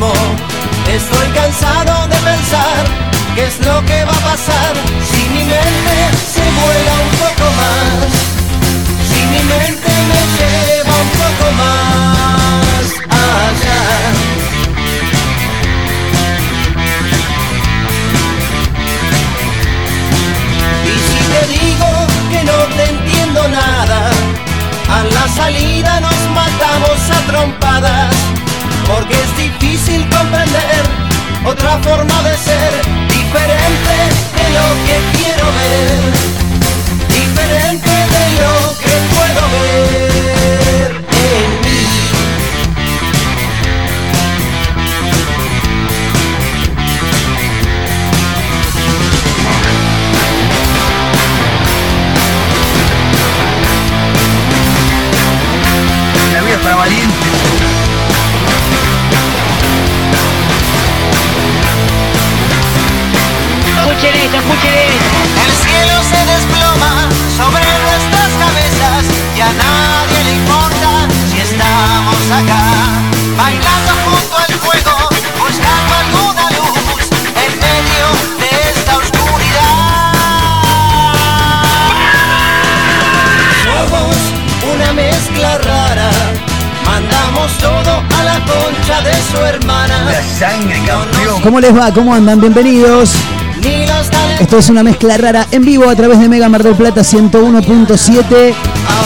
mismo. Estoy cansado de pensar qué es lo que va a pasar si mi mente se vuela un poco más, si mi mente me lleva un poco más allá. Y si te digo que no te entiendo nada, a la salida nos matamos a trompadas, porque es difícil comprender otra forma de ser, diferente de lo que quiero ver, diferente de lo que puedo ver en mí. La vida para valiente. Escuchen esto. El cielo se desploma sobre nuestras cabezas y a nadie le importa si estamos acá, bailando junto al fuego, buscando alguna luz en medio de esta oscuridad. Somos una mezcla rara, mandamos todo a la concha de su hermana. La sangre, campeón. ¿Cómo les va? ¿Cómo andan? Bienvenidos. Esto es una mezcla rara en vivo a través de Mega Mar del Plata 101.7.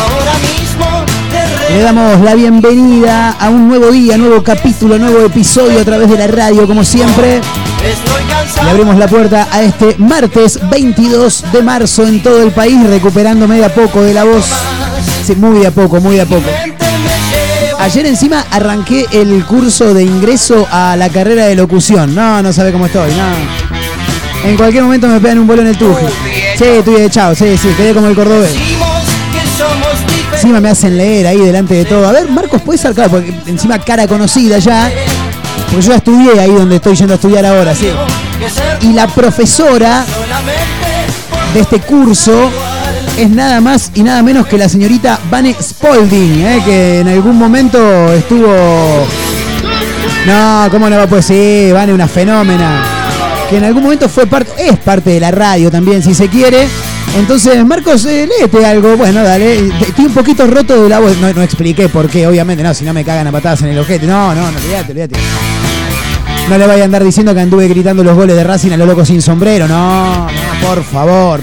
Le damos la bienvenida a un nuevo día, nuevo capítulo, nuevo episodio a través de la radio, como siempre. Le abrimos la puerta a este martes 22 de marzo en todo el país, recuperándome de a poco de la voz. Sí, muy de a poco, muy de a poco. Ayer encima arranqué el curso de ingreso a la carrera de locución. No sabe cómo estoy, no. En cualquier momento me pegan un bolo en el tuje. Sí, estoy echado, sí, quedé como el cordobés. Encima me hacen leer ahí delante de todo. A ver, Marcos, ¿puedes sacar? Porque encima cara conocida ya. Porque yo ya estudié ahí donde estoy yendo a estudiar ahora, sí. Y la profesora de este curso es nada más y nada menos que la señorita Vane Spalding, que en algún momento estuvo... No, ¿cómo no va? Pues sí, Vane, una fenómena. Que en algún momento es parte de la radio también, si se quiere. Entonces, Marcos, léete algo. Bueno, dale. Estoy un poquito roto de la voz. No expliqué por qué, obviamente. No, si no me cagan a patadas en el ojete. No, olvídate. No le vaya a andar diciendo que anduve gritando los goles de Racing a lo loco sin sombrero. No, por favor.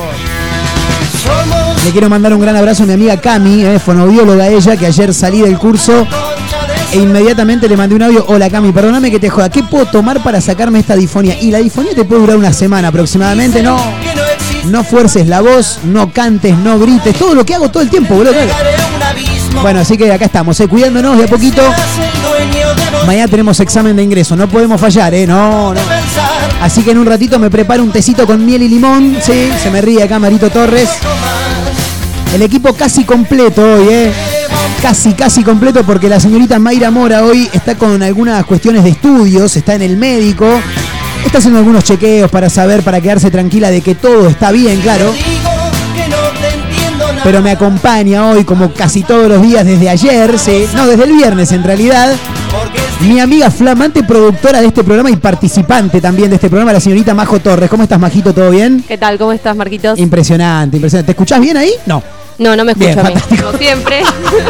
Le quiero mandar un gran abrazo a mi amiga Cami, fonoaudióloga ella, que ayer salí del curso e inmediatamente le mandé un audio. Hola Cami, perdóname que te joda, ¿qué puedo tomar para sacarme esta disfonía? Y la disfonía te puede durar una semana aproximadamente. No fuerces la voz, no cantes, no grites, todo lo que hago todo el tiempo, boludo. Bueno, así que acá estamos, cuidándonos de a poquito. Mañana tenemos examen de ingreso, no podemos fallar, no. Así que en un ratito me preparo un tecito con miel y limón, sí, se me ríe acá Marito Torres. El equipo casi completo hoy, Casi completo, porque la señorita Mayra Mora hoy está con algunas cuestiones de estudios, está en el médico, está haciendo algunos chequeos para quedarse tranquila de que todo está bien, claro. Pero me acompaña hoy, como casi todos los días desde ayer, desde el viernes en realidad, mi amiga flamante productora de este programa y participante también de este programa, la señorita Majo Torres. ¿Cómo estás, Majito? ¿Todo bien? ¿Qué tal? ¿Cómo estás, Marquitos? Impresionante. ¿Te escuchás bien ahí? No me escucho bien, a mí, como siempre.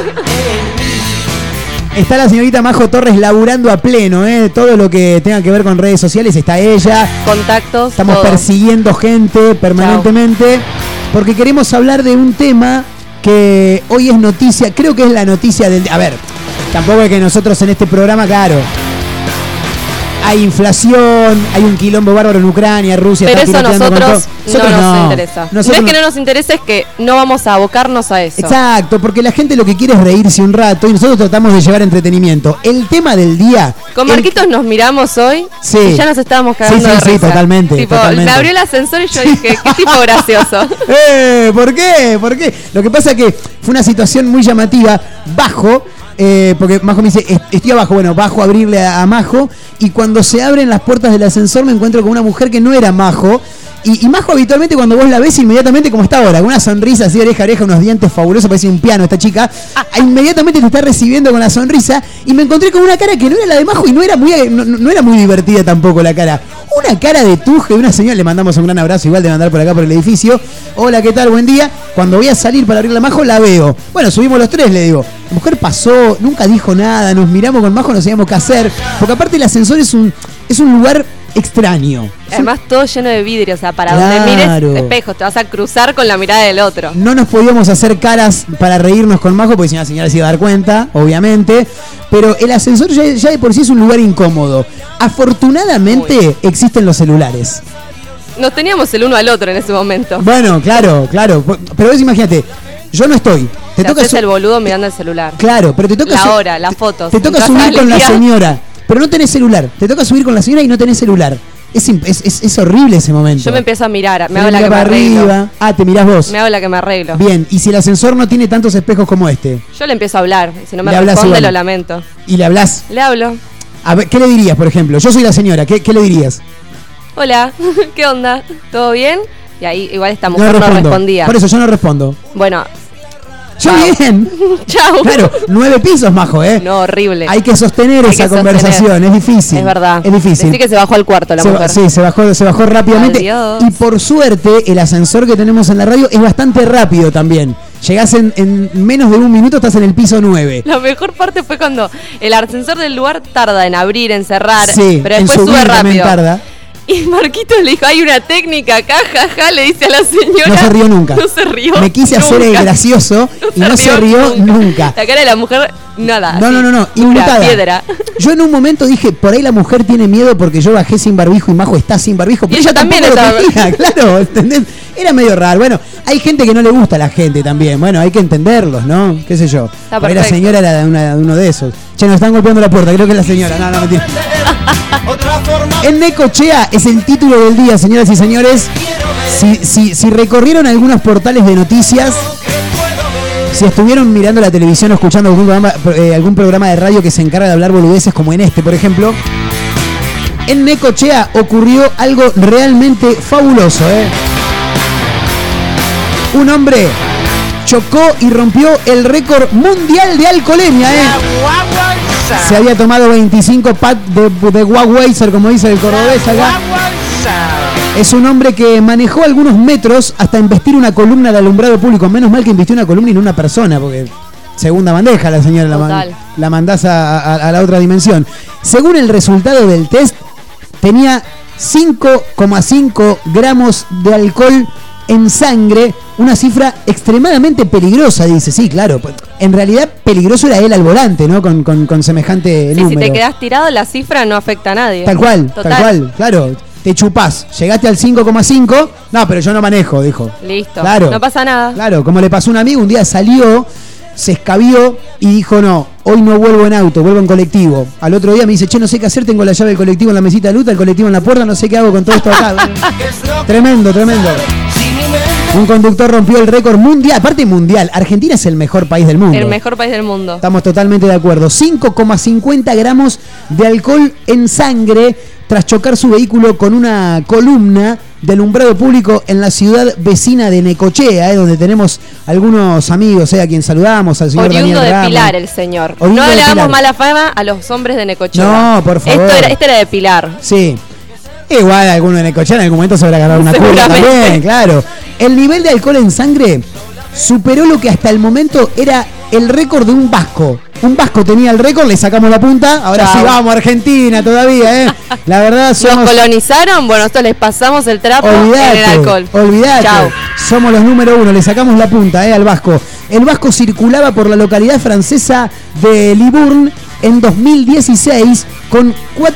Está la señorita Majo Torres laburando a pleno, todo lo que tenga que ver con redes sociales, está ella. Contactos. Estamos todo. Persiguiendo gente permanentemente. Chau. Porque queremos hablar de un tema que hoy es noticia, creo que es la noticia del... A ver, tampoco es que nosotros en este programa, claro, hay inflación, hay un quilombo bárbaro en Ucrania, Rusia. Pero eso nosotros no nos interesa. No es que no nos interesa, es que no vamos a abocarnos a eso. Exacto, porque la gente lo que quiere es reírse un rato y nosotros tratamos de llevar entretenimiento. El tema del día... Con Marquitos nos miramos hoy y ya nos estábamos cagando de risa. Sí, totalmente. Me abrió el ascensor y yo dije, qué tipo gracioso. ¿Por qué? Lo que pasa es que fue una situación muy llamativa, bajo... porque Majo me dice, estoy abajo, bueno, bajo a abrirle a Majo, y cuando se abren las puertas del ascensor me encuentro con una mujer que no era Majo, Y Majo habitualmente cuando vos la ves inmediatamente como está ahora, con una sonrisa así oreja a oreja, unos dientes fabulosos, parece un piano esta chica, inmediatamente te está recibiendo con la sonrisa y me encontré con una cara que no era la de Majo y no era muy divertida tampoco la cara. Una cara de tuje de una señora, le mandamos un gran abrazo igual de mandar por acá por el edificio. Hola, ¿qué tal? Buen día. Cuando voy a salir para abrir la Majo la veo. Bueno, subimos los tres, le digo. La mujer pasó, nunca dijo nada, nos miramos con Majo, no sabíamos qué hacer, porque aparte el ascensor es un lugar extraño. Además todo lleno de vidrio, o sea, para donde mires espejos, te vas a cruzar con la mirada del otro. No nos podíamos hacer caras para reírnos con Majo, porque si no la señora se iba a dar cuenta, obviamente. Pero el ascensor ya de por sí es un lugar incómodo. Afortunadamente existen los celulares. Nos teníamos el uno al otro en ese momento. Bueno, claro. Pero vos imagínate, yo no estoy. Te toca el boludo mirando el celular. Claro, pero te toca la hora, las fotos. Te toca subir con la señora, pero no tenés celular. Te toca subir con la señora y no tenés celular. Es horrible ese momento. Yo me empiezo a mirar, me hago la que me arreglo. Arriba. Ah, te mirás vos. Me hago la que me arreglo. Bien, y si el ascensor no tiene tantos espejos como este. Yo le empiezo a hablar, si no me responde lo lamento. ¿Y le hablás? Le hablo. A ver, ¿qué le dirías, por ejemplo? Yo soy la señora, ¿qué le dirías? Hola, ¿qué onda? ¿Todo bien? Y ahí igual esta mujer no respondía. Por eso yo no respondo. Bueno. Yo bien. Chau. Claro, 9 pisos, Majo, ¿eh? No, horrible. Hay que sostener esa conversación, es difícil. Es verdad. Es difícil. Decí que se bajó al cuarto la mujer. Sí, se bajó rápidamente. Adiós. Y por suerte, el ascensor que tenemos en la radio es bastante rápido también. Llegás en menos de un minuto, estás en el piso 9. La mejor parte fue cuando el ascensor del lugar tarda en abrir, en cerrar, sí, pero después sube rápido. Tarda. Y Marquitos le dijo, hay una técnica acá, jaja, le dice a la señora. No se rió nunca. No se rió. Me quise hacer el gracioso y no se rió nunca. La cara de la mujer, nada. No, inmutada. Piedra. Yo en un momento dije, por ahí la mujer tiene miedo porque yo bajé sin barbijo y Majo está sin barbijo. Pero ella también lo tenía, claro, ¿entendés? Era medio raro. Bueno, hay gente que no le gusta a la gente también. Bueno, hay que entenderlos, ¿no? ¿Qué sé yo? Por ahí la señora era de uno de esos. Che, nos están golpeando la puerta, creo que es la señora. No, mentira. En Necochea es el título del día, señoras y señores. Si recorrieron algunos portales de noticias, si estuvieron mirando la televisión o escuchando algún programa de radio que se encarga de hablar boludeces como en este, por ejemplo, en Necochea ocurrió algo realmente fabuloso, Un hombre chocó y rompió el récord mundial de alcoholemia, Se había tomado 25 packs de Wagweiser, como dice el cordobés acá. Es un hombre que manejó algunos metros hasta embestir una columna de alumbrado público. Menos mal que embistió una columna y no una persona, porque segunda bandeja la señora, la mandás a la otra dimensión. Según el resultado del test, tenía 5,5 gramos de alcohol en sangre, una cifra extremadamente peligrosa, dice. Sí, claro, en realidad peligroso era él al volante, ¿no? Con semejante número. Si te quedás tirado, la cifra no afecta a nadie. Tal cual, claro. Te chupás, llegaste al 5,5, no, pero yo no manejo, dijo. Listo, claro, no pasa nada. Claro, como le pasó a un amigo, un día salió, se escabió y dijo, no, hoy no vuelvo en auto, vuelvo en colectivo. Al otro día me dice, che, no sé qué hacer, tengo la llave del colectivo en la mesita de luta, el colectivo en la puerta, no sé qué hago con todo esto acá. Tremendo. Un conductor rompió el récord mundial, aparte mundial. Argentina es el mejor país del mundo. El mejor país del mundo. Estamos totalmente de acuerdo. 5,50 gramos de alcohol en sangre tras chocar su vehículo con una columna de alumbrado público en la ciudad vecina de Necochea, donde tenemos algunos amigos, a quien saludamos, al señor Oriundo Daniel Ramos. de Pilar, el señor. Oriundo no le damos mala fama a los hombres de Necochea. No, por favor. Este era de Pilar. Sí. Igual alguno de Necochea en algún momento se habrá ganado una curva también, claro. El nivel de alcohol en sangre superó lo que hasta el momento era el récord de un vasco. Un vasco tenía el récord, le sacamos la punta. Ahora sí vamos, Argentina todavía, La verdad somos... ¿Nos colonizaron? Bueno, nosotros les pasamos el trapo en el alcohol. Olvidate. Chau. Somos los número 1, le sacamos la punta, al vasco. El vasco circulaba por la localidad francesa de Libourne en 2016 con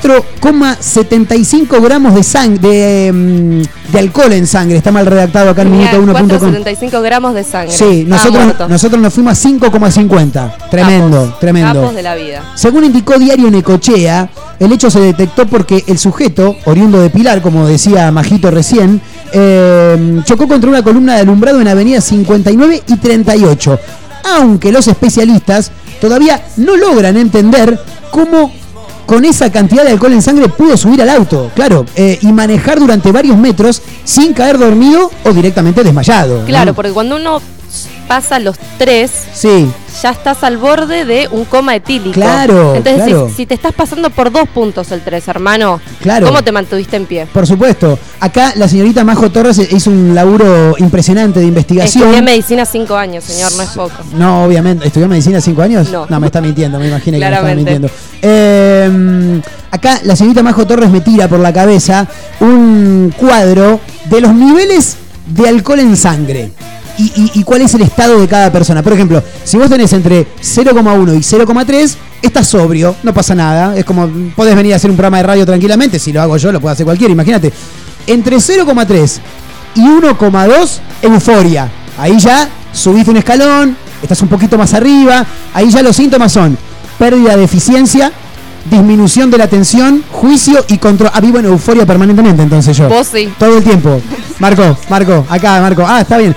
4,75 gramos de alcohol en sangre. Está mal redactado acá en minuto1.com. 4,75 gramos de sangre. Sí, nosotros nos fuimos a 5,50. Tremendo. Capos de la vida. Según indicó Diario Necochea, el hecho se detectó porque el sujeto, oriundo de Pilar, como decía Majito recién, chocó contra una columna de alumbrado en Avenida 59 y 38. Aunque los especialistas todavía no logran entender cómo con esa cantidad de alcohol en sangre pudo subir al auto, claro, y manejar durante varios metros sin caer dormido o directamente desmayado. Claro, ¿no? porque cuando uno pasa los 3, sí, ya estás al borde de un coma etílico. Claro. Entonces, claro. Si te estás pasando por 2 puntos el 3, hermano, Claro. ¿cómo te mantuviste en pie? Por supuesto. Acá la señorita Majo Torres hizo un laburo impresionante de investigación. Estudié medicina 5 años, señor, no es poco. No, obviamente. ¿Estudió medicina 5 años? No. Me está mintiendo, me imagino que me está Claramente. mintiendo. Acá la señorita Majo Torres me tira por la cabeza un cuadro de los niveles de alcohol en sangre. Y cuál es el estado de cada persona. Por ejemplo, si vos tenés entre 0,1 y 0,3, estás sobrio, no pasa nada. Es como, podés venir a hacer un programa de radio tranquilamente. Si lo hago yo, lo puede hacer cualquiera, imagínate. Entre 0,3 y 1,2, euforia. Ahí ya subiste un escalón, estás un poquito más arriba. Ahí ya los síntomas son pérdida de eficiencia, disminución de la tensión, juicio y control. Vivo en euforia permanentemente, entonces yo. Vos sí. Todo el tiempo. Marco, acá, Marco. Está bien.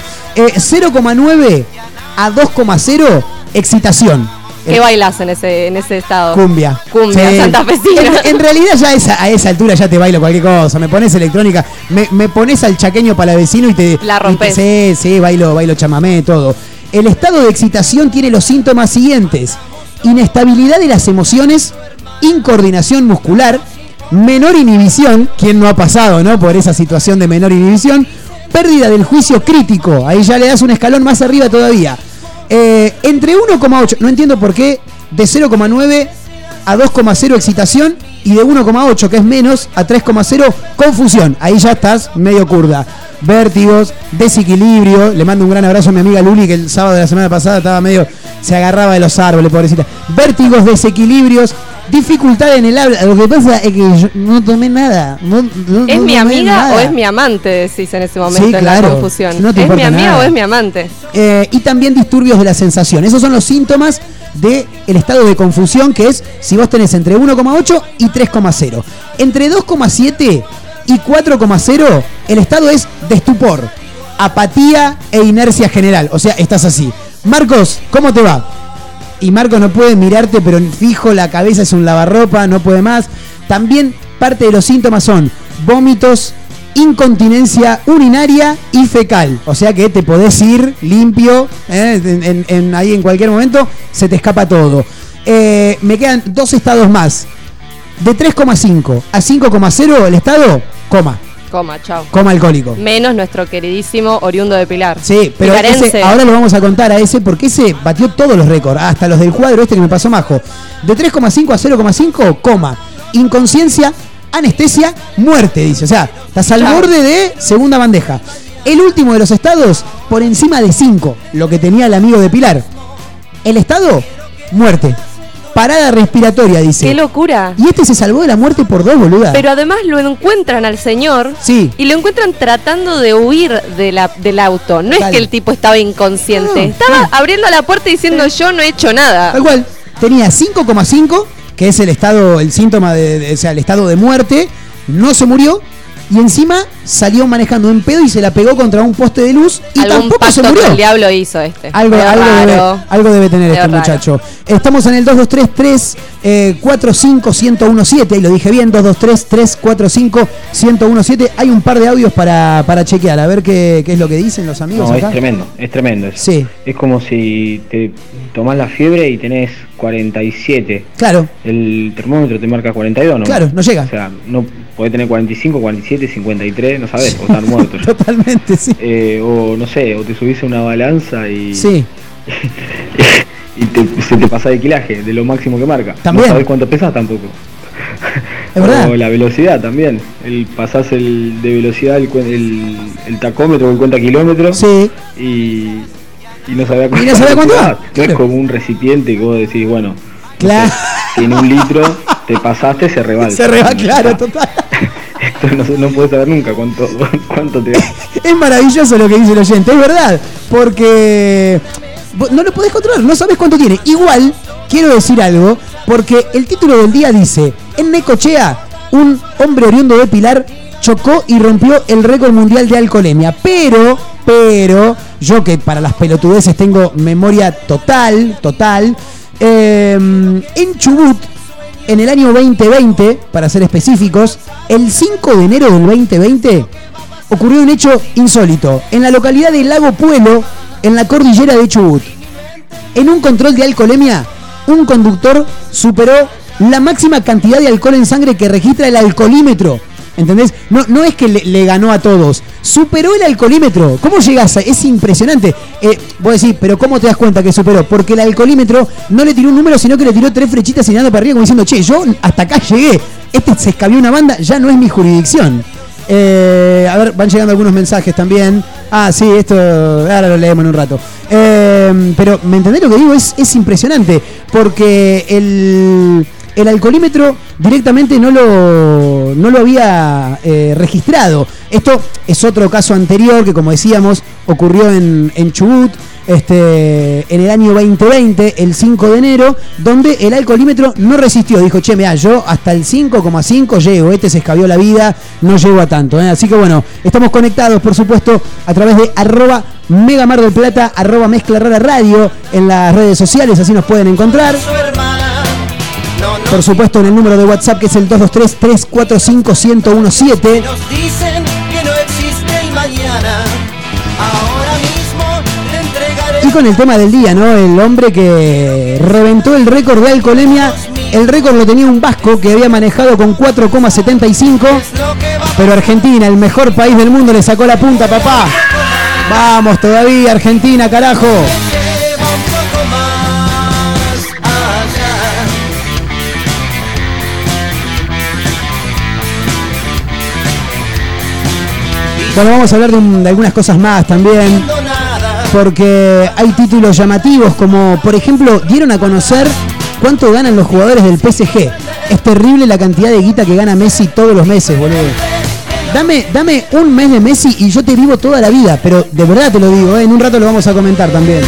0,9 a 2,0 excitación. ¿Qué bailás en ese estado? Cumbia. Cumbia, Sí. santafesina. En realidad ya a esa altura ya te bailo cualquier cosa. Me pones electrónica, me pones al chaqueño palavecino y te... La rompés. Sí, bailo chamamé, todo. El estado de excitación tiene los síntomas siguientes: inestabilidad de las emociones, incoordinación muscular, menor inhibición, ¿quién no ha pasado, no? Por esa situación de menor inhibición, pérdida del juicio crítico, ahí ya le das un escalón más arriba todavía. Entre 1,8, no entiendo por qué, de 0,9 a 2,0 excitación y de 1,8, que es menos, a 3,0 confusión, ahí ya estás medio curda. Vértigos, desequilibrio, le mando un gran abrazo a mi amiga Luli, que el sábado de la semana pasada estaba medio, se agarraba de los árboles, pobrecita. Vértigos, desequilibrios, dificultad en el habla. Lo que pasa es que yo no tomé nada. ¿Es mi amiga nada. o es mi amante? Decís en ese momento, Sí, en claro. la confusión. No te ¿Es mi importa amiga nada. o es mi amante? Y también disturbios de la sensación. Esos son los síntomas del estado de confusión, que es si vos tenés entre 1,8 y 3,0. Entre 2,7 y 4,0 el estado es de estupor, apatía e inercia general. O sea, estás así. Marcos, ¿cómo te va? Y Marcos no puede mirarte, pero fijo, la cabeza es un lavarropa, no puede más. También parte de los síntomas son vómitos, incontinencia urinaria y fecal. O sea que te podés ir limpio, ahí en cualquier momento se te escapa todo. Me quedan 2 estados más. De 3,5 a 5,0 el estado, coma Chao. Coma alcohólico. Menos nuestro queridísimo oriundo de Pilar. Sí, pero ese, ahora lo vamos a contar a ese, porque ese batió todos los récords, hasta los del cuadro que me pasó Majo. De 3,5 a 0,5, coma. Inconsciencia, anestesia, muerte, dice. O sea, estás al borde de segunda bandeja. El último de los estados, por encima de 5, lo que tenía el amigo de Pilar. El estado, muerte. Parada respiratoria, dice. ¡Qué locura! Y este se salvó de la muerte por 2, boluda. Pero además lo encuentran al señor. Sí. Y lo encuentran tratando de huir del auto. No es que el tipo estaba inconsciente. Estaba abriendo la puerta y diciendo yo no he hecho nada. Tal cual. Tenía 5,5, que es el estado, el síntoma o sea, el estado de muerte. No se murió. Y encima salió manejando en pedo y se la pegó contra un poste de luz y tampoco se murió. El diablo hizo este. Algo debe tener este muchacho. Estamos en el 223-345-1017, y lo dije bien, 223-345-1017. Hay un par de audios para chequear, a ver qué es lo que dicen los amigos acá. Es tremendo. Sí. Es como si te tomás la fiebre y tenés 47. Claro. El termómetro te marca 42, ¿no? Claro, no llega. O sea, no podés tener 45, 47, 53, no sabés, o estar muerto. Totalmente, sí. O no sé, o te subís a una balanza y... Sí. y se te pasa de kilaje, de lo máximo que marca. También. No sabés cuánto pesás tampoco. Es verdad. O la velocidad también. Pasás de velocidad el tacómetro o el cuenta kilómetros. Sí. Y no sabés cuánto. Va. No es como un recipiente que vos decís, bueno, claro. Si en 1 litro te pasaste, se rebalsa. Se rebalsa, claro, total. Esto no puedes saber nunca cuánto te da. Es maravilloso lo que dice el oyente, es verdad. Porque no lo podés controlar, no sabés cuánto tiene. Igual, quiero decir algo, porque el título del día dice: en Necochea, un hombre oriundo de Pilar chocó y rompió el récord mundial de alcoholemia. Pero, yo que para las pelotudeces tengo memoria total, en Chubut, en el año 2020, para ser específicos, el 5 de enero del 2020, ocurrió un hecho insólito en la localidad de Lago Puelo, en la cordillera de Chubut. En un control de alcoholemia, un conductor superó la máxima cantidad de alcohol en sangre que registra el alcoholímetro. ¿Entendés? No es que le ganó a todos. Superó el alcoholímetro. ¿Cómo llegás? Es impresionante. Vos decís, pero ¿cómo te das cuenta que superó? Porque el alcoholímetro no le tiró un número, sino que le tiró 3 flechitas señalando para arriba como diciendo, che, yo hasta acá llegué. Se escabió una banda, ya no es mi jurisdicción. A ver, van llegando algunos mensajes también. Ah, sí, esto ahora lo leemos en un rato. Pero, ¿me entendés lo que digo? Es impresionante. Porque el alcoholímetro directamente no lo había registrado. Esto es otro caso anterior que, como decíamos, ocurrió en Chubut en el año 2020, el 5 de enero, donde el alcoholímetro no resistió. Dijo, che, mirá, yo hasta el 5,5 llego. Se escabió la vida, no llego a tanto. Así que bueno, estamos conectados, por supuesto, a través de @Megamar del Plata, @Mezcla Rara Radio en las redes sociales, así nos pueden encontrar. Por supuesto, en el número de WhatsApp, que es el 223-345-1017. Nos dicen que no existe el mañana. Ahora mismo te entregaré. Y con el tema del día, ¿no? El hombre que reventó el récord de alcoholemia. El récord lo tenía un vasco que había manejado con 4,75. Pero Argentina, el mejor país del mundo, le sacó la punta, papá. Vamos todavía, Argentina, carajo. Bueno, vamos a hablar de algunas cosas más también, porque hay títulos llamativos, como por ejemplo, dieron a conocer cuánto ganan los jugadores del PSG. Es terrible la cantidad de guita que gana Messi todos los meses, boludo. Dame un mes de Messi y yo te vivo toda la vida, pero de verdad te lo digo, en un rato lo vamos a comentar también.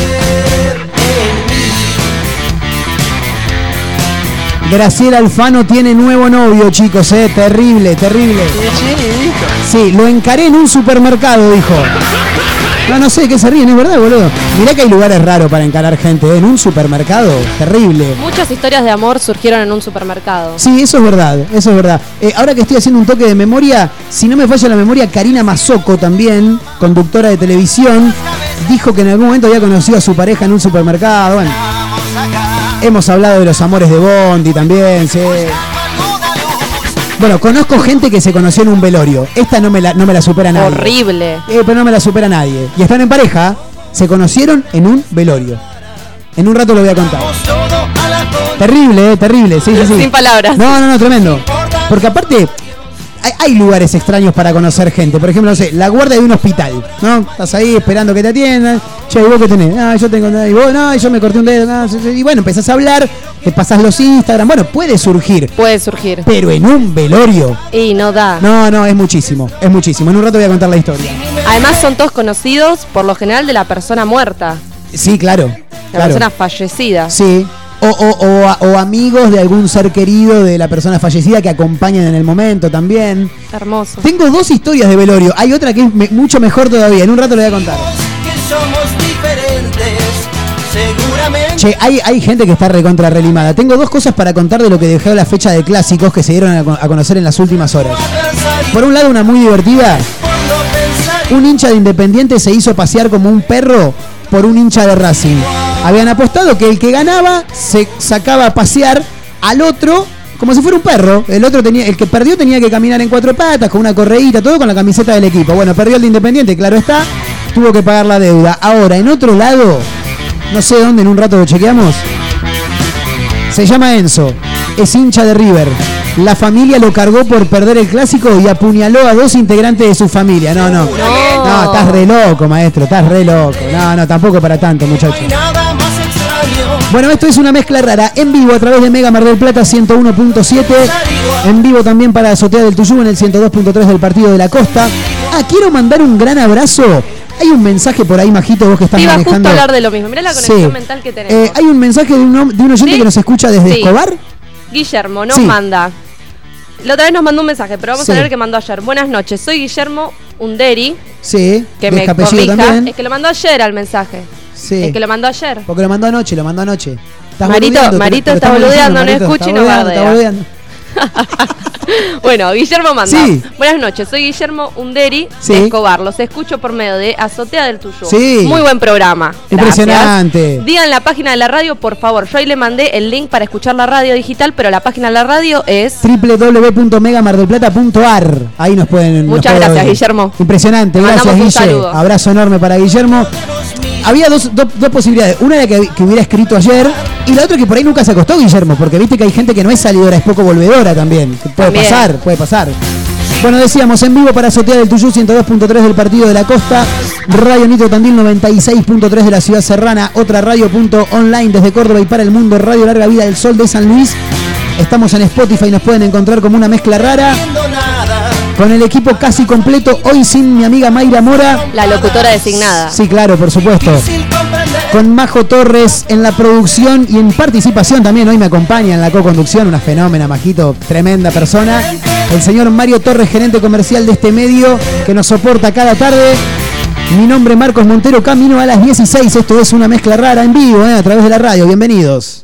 Graciela Alfano tiene nuevo novio, chicos, terrible, terrible. Sí, lo encaré en un supermercado, dijo. No sé, ¿qué se ríen? Es verdad, boludo. Mirá que hay lugares raros para encarar gente, en un supermercado, terrible. Muchas historias de amor surgieron en un supermercado. Sí, eso es verdad, eso es verdad. Ahora que estoy haciendo un toque de memoria, si no me falla la memoria, Karina Mazzocco también, conductora de televisión, dijo que en algún momento había conocido a su pareja en un supermercado. Bueno, hemos hablado de los amores de Bondi también, sí. Bueno, conozco gente que se conoció en un velorio. Esta no me la supera nadie. Horrible. Pero no me la supera nadie. Y están en pareja, se conocieron en un velorio. En un rato lo voy a contar. Terrible, terrible, sí. Sin palabras. No, tremendo. Porque aparte, hay lugares extraños para conocer gente. Por ejemplo, no sé, la guardia de un hospital, ¿no? Estás ahí esperando que te atiendan. Che, ¿y vos qué tenés? Yo tengo... Y vos, yo me corté un dedo. Y bueno, empezás a hablar, te pasás los Instagram. Bueno, puede surgir. Pero en un velorio. Y no da. No, es muchísimo. En un rato voy a contar la historia. Además son todos conocidos, por lo general, de la persona muerta. Sí, claro. La persona fallecida. Sí. O amigos de algún ser querido de la persona fallecida que acompañan en el momento también. Hermoso. Tengo 2 historias de velorio. Hay otra que es mucho mejor todavía. En un rato le voy a contar. Somos diferentes, seguramente. Che, hay gente que está recontra relimada. Tengo 2 cosas para contar de lo que dejó la fecha de clásicos que se dieron a conocer en las últimas horas. Por un lado, una muy divertida. Un hincha de Independiente se hizo pasear como un perro por un hincha de Racing. Habían apostado que el que ganaba se sacaba a pasear al otro como si fuera un perro. El que perdió tenía que caminar en 4 patas, con una correíta, todo con la camiseta del equipo. Bueno, perdió el de Independiente, claro está, tuvo que pagar la deuda. Ahora, en otro lado, no sé dónde, en un rato lo chequeamos, se llama Enzo, es hincha de River. La familia lo cargó por perder el clásico y apuñaló a 2 integrantes de su familia. No, estás re loco, maestro, estás re loco. No, tampoco para tanto, muchacho. Bueno, esto es una mezcla rara, en vivo a través de Mega Mar del Plata 101.7, en vivo también para Azotea del Tuyú en el 102.3 del Partido de la Costa. Quiero mandar un gran abrazo. Hay un mensaje por ahí, Majito, vos que estás manejando. Justo a hablar de lo mismo, mirá la conexión mental que tenemos. Hay un mensaje de un oyente que nos escucha desde Escobar. Guillermo nos manda. La otra vez nos mandó un mensaje, pero vamos a ver qué mandó ayer. Buenas noches, soy Guillermo Underi. Sí, que me corrija. También. Es que lo mandó ayer al mensaje. Sí. Es que lo mandó ayer. Porque lo mandó anoche. Marito está boludeando, no escucha y no bardea. Bueno, Guillermo manda. Sí. Buenas noches, soy Guillermo Underi de Escobar. Los escucho por medio de Azotea del Tuyú. Sí. Muy buen programa. Impresionante. Gracias. Digan la página de la radio, por favor. Yo ahí le mandé el link para escuchar la radio digital, pero la página de la radio es www.megamardelplata.ar. Ahí nos pueden. Muchas gracias, Guillermo. Impresionante, gracias, Guille. Abrazo enorme para Guillermo. Había dos posibilidades. Una era que hubiera escrito ayer y la otra que por ahí nunca se acostó, Guillermo, porque viste que hay gente que no es salidora, es poco volvedora también. Puede pasar. Bueno, decíamos en vivo para Azotea del Tuyú, 102.3 del Partido de la Costa, Radio Nitro Tandil 96.3 de la Ciudad Serrana, otra radio.online desde Córdoba y para el mundo, Radio Larga Vida del Sol de San Luis. Estamos en Spotify, nos pueden encontrar como Una Mezcla Rara. Con el equipo casi completo, hoy sin mi amiga Mayra Mora. La locutora designada. Sí, claro, por supuesto. Con Majo Torres en la producción y en participación también. Hoy me acompaña en la co-conducción, una fenómena, Majito, tremenda persona. El señor Mario Torres, gerente comercial de este medio, que nos soporta cada tarde. Mi nombre es Marcos Montero, camino a las 16. Esto es Una Mezcla Rara en vivo, a través de la radio. Bienvenidos.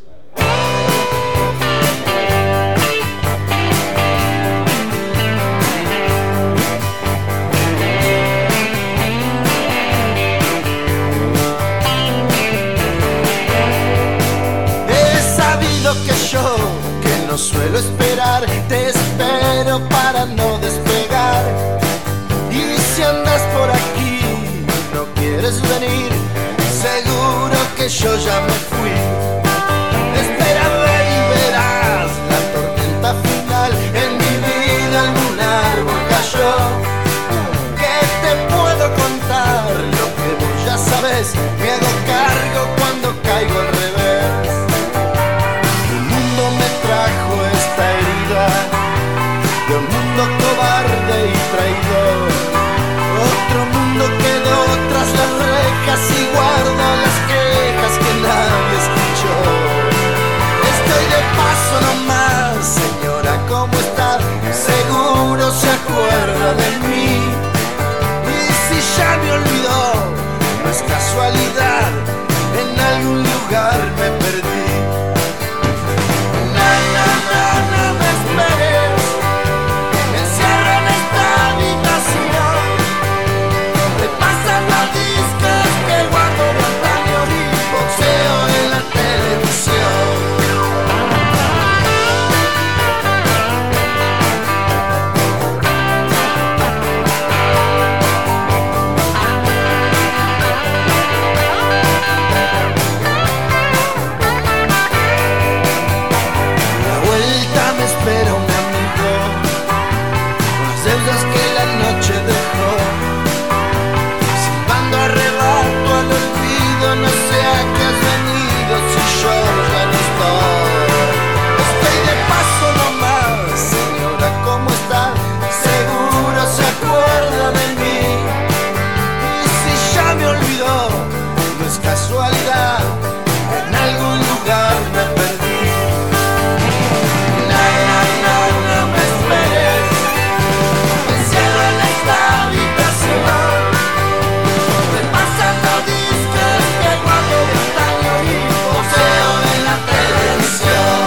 Suelo esperar, te espero para no despegar. Y si andas por aquí, no quieres venir, seguro que yo ya me fui. Espérame y verás la tormenta final. En mi vida algún árbol cayó. ¿Qué te puedo contar? Lo que vos ya sabes, me hago cargo cuando caigo al revés. De un mundo cobarde y traidor, otro mundo quedó tras las rejas y guarda las quejas que nadie escuchó. Estoy de paso nomás, señora, ¿cómo está? Seguro se acuerda de mí. Y si ya me olvidó, no es casualidad, en algún lugar me perdí. No me esperes, me encierro en esta habitación, repasando discos que guardo de antaño y boxeo en la televisión. Espero un amigo con las deudas que la noche dejó, silbando arrebato al olvido. No sé a qué has venido si yo ya no estoy. Estoy de paso nomás, señora, ¿cómo está? Seguro se acuerda de mí. Y si ya me olvidó, no es casualidad, en algún lugar me perdí. No me esperes, me encierro en esta habitación, repasando discos que guardo de antaño y boxeo en la televisión.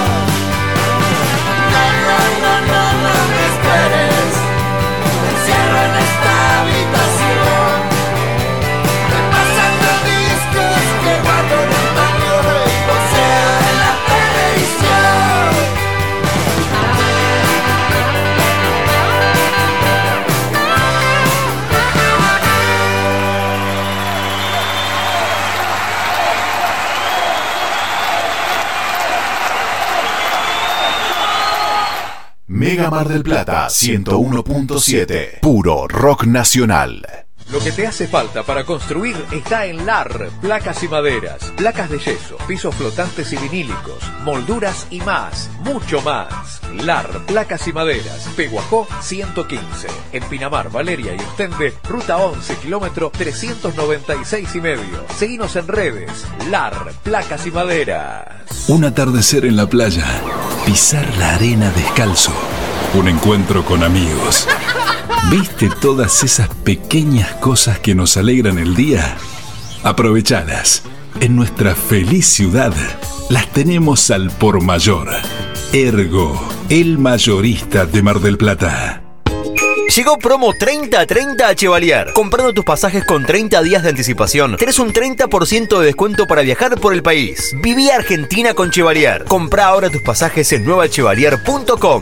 No me esperes, me encierro en esta habitación, repasando discos que guardo de antaño y boxeo en la televisión. Mega Mar del Plata 101.7, puro rock nacional. Lo que te hace falta para construir está en LAR, placas y maderas, placas de yeso, pisos flotantes y vinílicos, molduras y más, mucho más. LAR, placas y maderas, Peguajó 115, en Pinamar, Valeria y Ostende, ruta 11, kilómetro 396,5. Seguinos en redes, LAR, placas y maderas. Un atardecer en la playa, pisar la arena descalzo, un encuentro con amigos. ¿Viste todas esas pequeñas cosas que nos alegran el día? Aprovechalas en nuestra feliz ciudad las tenemos al por mayor. Ergo, el mayorista de Mar del Plata. Llegó promo 30-30 a Chevalier. Comprando tus pasajes con 30 días de anticipación, tenés un 30% de descuento para viajar por el país. Viví Argentina con Chevalier. Comprá ahora tus pasajes en nuevachevalier.com.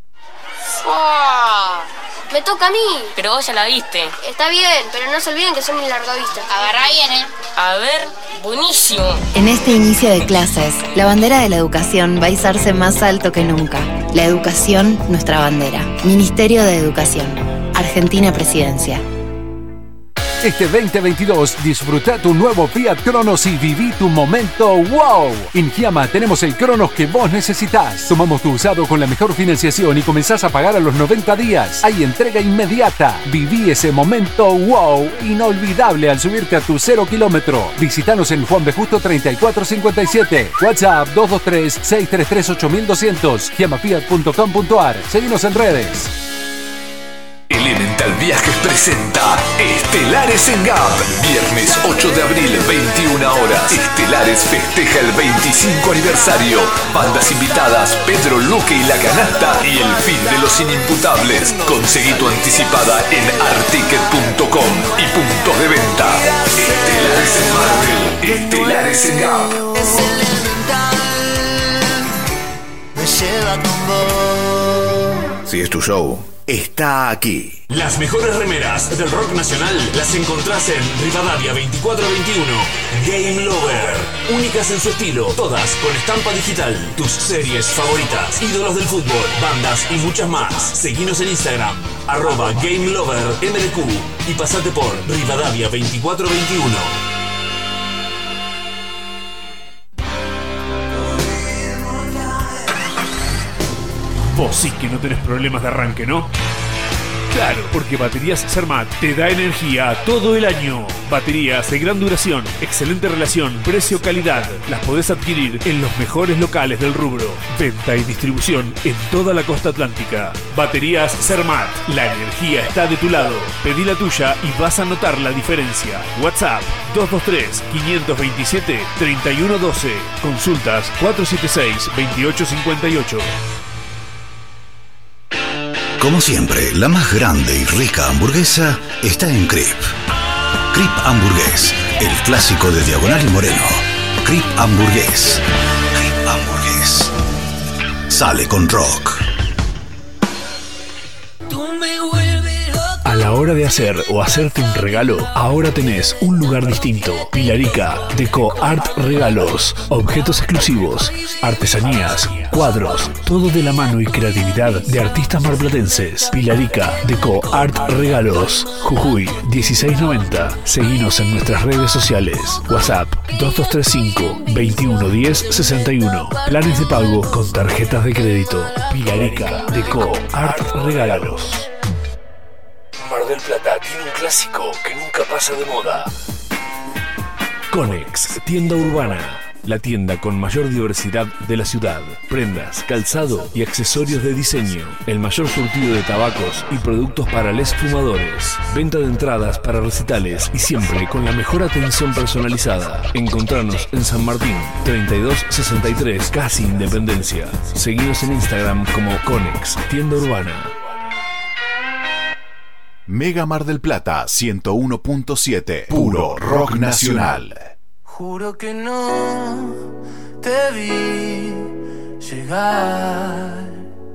¡Oh! Me toca a mí. Pero vos ya la viste. Está bien, pero no se olviden que son mis largavistas. Agarrá bien, A ver, buenísimo. En este inicio de clases, la bandera de la educación va a izarse más alto que nunca. La educación, nuestra bandera. Ministerio de Educación. Argentina Presidencia. Este 2022 disfruta tu nuevo Fiat Cronos y viví tu momento wow. En Giamma tenemos el Cronos que vos necesitas. Tomamos tu usado con la mejor financiación y comenzás a pagar a los 90 días. Hay entrega inmediata. Viví ese momento wow inolvidable al subirte a tu 0 kilómetro. Visítanos en Juan B. Justo 3457. WhatsApp 223-633-8200. giammafiat.com.ar. Seguinos en redes. Elemental Viajes presenta Estelares en Gap. Viernes 8 de abril, 21 horas. Estelares festeja el 25 aniversario. Bandas invitadas, Pedro Luque y La Canasta y el fin de los inimputables. Conseguí tu anticipada en articket.com y puntos de venta. Estelares en Marvel. Estelares en Gap. Es elemental, me lleva con vos. Si es tu show, está aquí. Las mejores remeras del rock nacional las encontrás en Rivadavia 2421. Game Lover. Únicas en su estilo, todas con estampa digital. Tus series favoritas, ídolos del fútbol, bandas y muchas más. Seguinos en Instagram, @GameLoverMDQ y pasate por Rivadavia 2421. Vos sí que no tenés problemas de arranque, ¿no? Claro, porque Baterías Zermatt te da energía todo el año. Baterías de gran duración, excelente relación, precio-calidad. Las podés adquirir en los mejores locales del rubro. Venta y distribución en toda la costa atlántica. Baterías Zermatt, la energía está de tu lado. Pedí la tuya y vas a notar la diferencia. WhatsApp 223-527-3112. Consultas 476-2858. Como siempre, la más grande y rica hamburguesa está en Crip. Crip Hamburgués, el clásico de Diagonal y Moreno. Crip Hamburgués. Crip Hamburgués. Sale con rock. A la hora de hacer o hacerte un regalo, ahora tenés un lugar distinto. Pilarica, Deco Art Regalos, objetos exclusivos, artesanías, cuadros, todo de la mano y creatividad de artistas marplatenses. Pilarica, Deco Art Regalos, Jujuy 1690. Seguinos en nuestras redes sociales. WhatsApp 2235-2110-61. Planes de pago con tarjetas de crédito. Pilarica, Deco Art Regalos. Mar del Plata tiene un clásico que nunca pasa de moda. Conex, tienda urbana. La tienda con mayor diversidad de la ciudad. Prendas, calzado y accesorios de diseño. El mayor surtido de tabacos y productos para les fumadores. Venta de entradas para recitales y siempre con la mejor atención personalizada. Encontranos en San Martín, 3263, casi Independencia. Seguinos en Instagram como Conex, tienda urbana. Mega Mar del Plata 101.7. Puro rock nacional. Juro que no te vi llegar.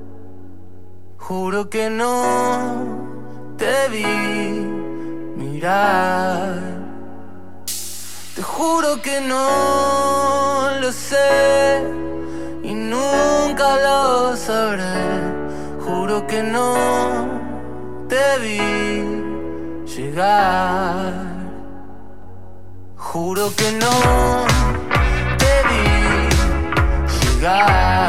Juro que no te vi mirar. Te juro que no lo sé y nunca lo sabré. Juro que no te vi llegar. Juro que no te vi llegar.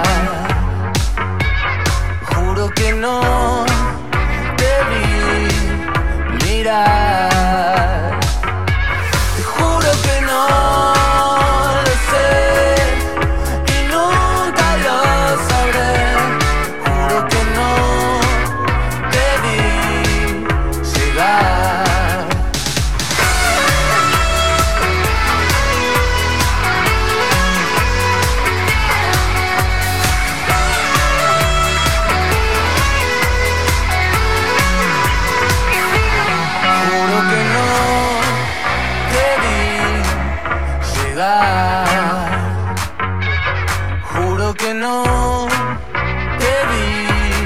Juro que no te vi mirar. Te juro que no lo sé y nunca lo sabré. Juro que no te vi llegar. que no te vi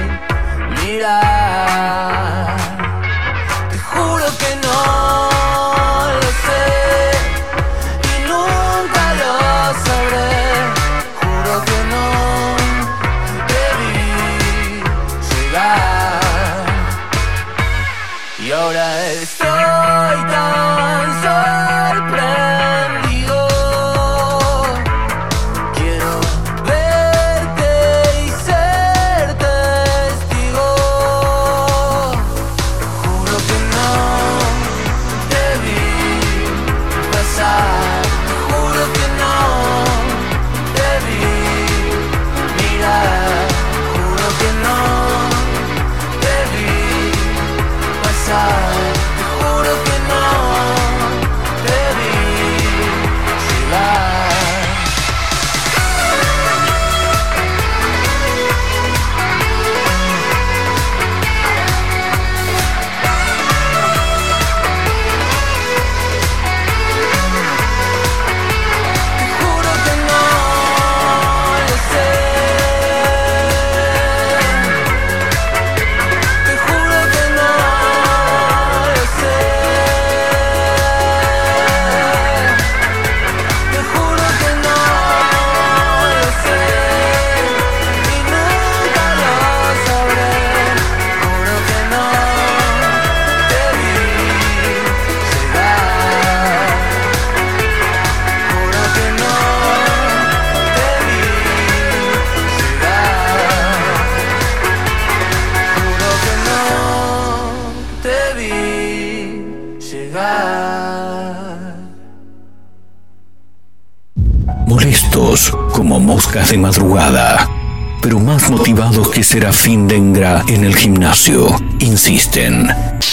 mirar. Te juro que no lo sé y nunca lo sabré. Juro que no te vi llegar. Y ahora estoy tan sorprendido. Quiero verte y ser testigo. Juro que no te vi pasar. Juro que no te vi mirar. Juro que no te vi pasar. Te juro que no te vi llegar. Te juro que no lo sé. Te juro que no lo sé. Te juro que no lo sé y nunca lo sabré. Juro que no te vi llegar. Juro que no te vi llegar. Molestos como moscas de madrugada, pero más motivados que Serafín Dengra en el gimnasio, insisten.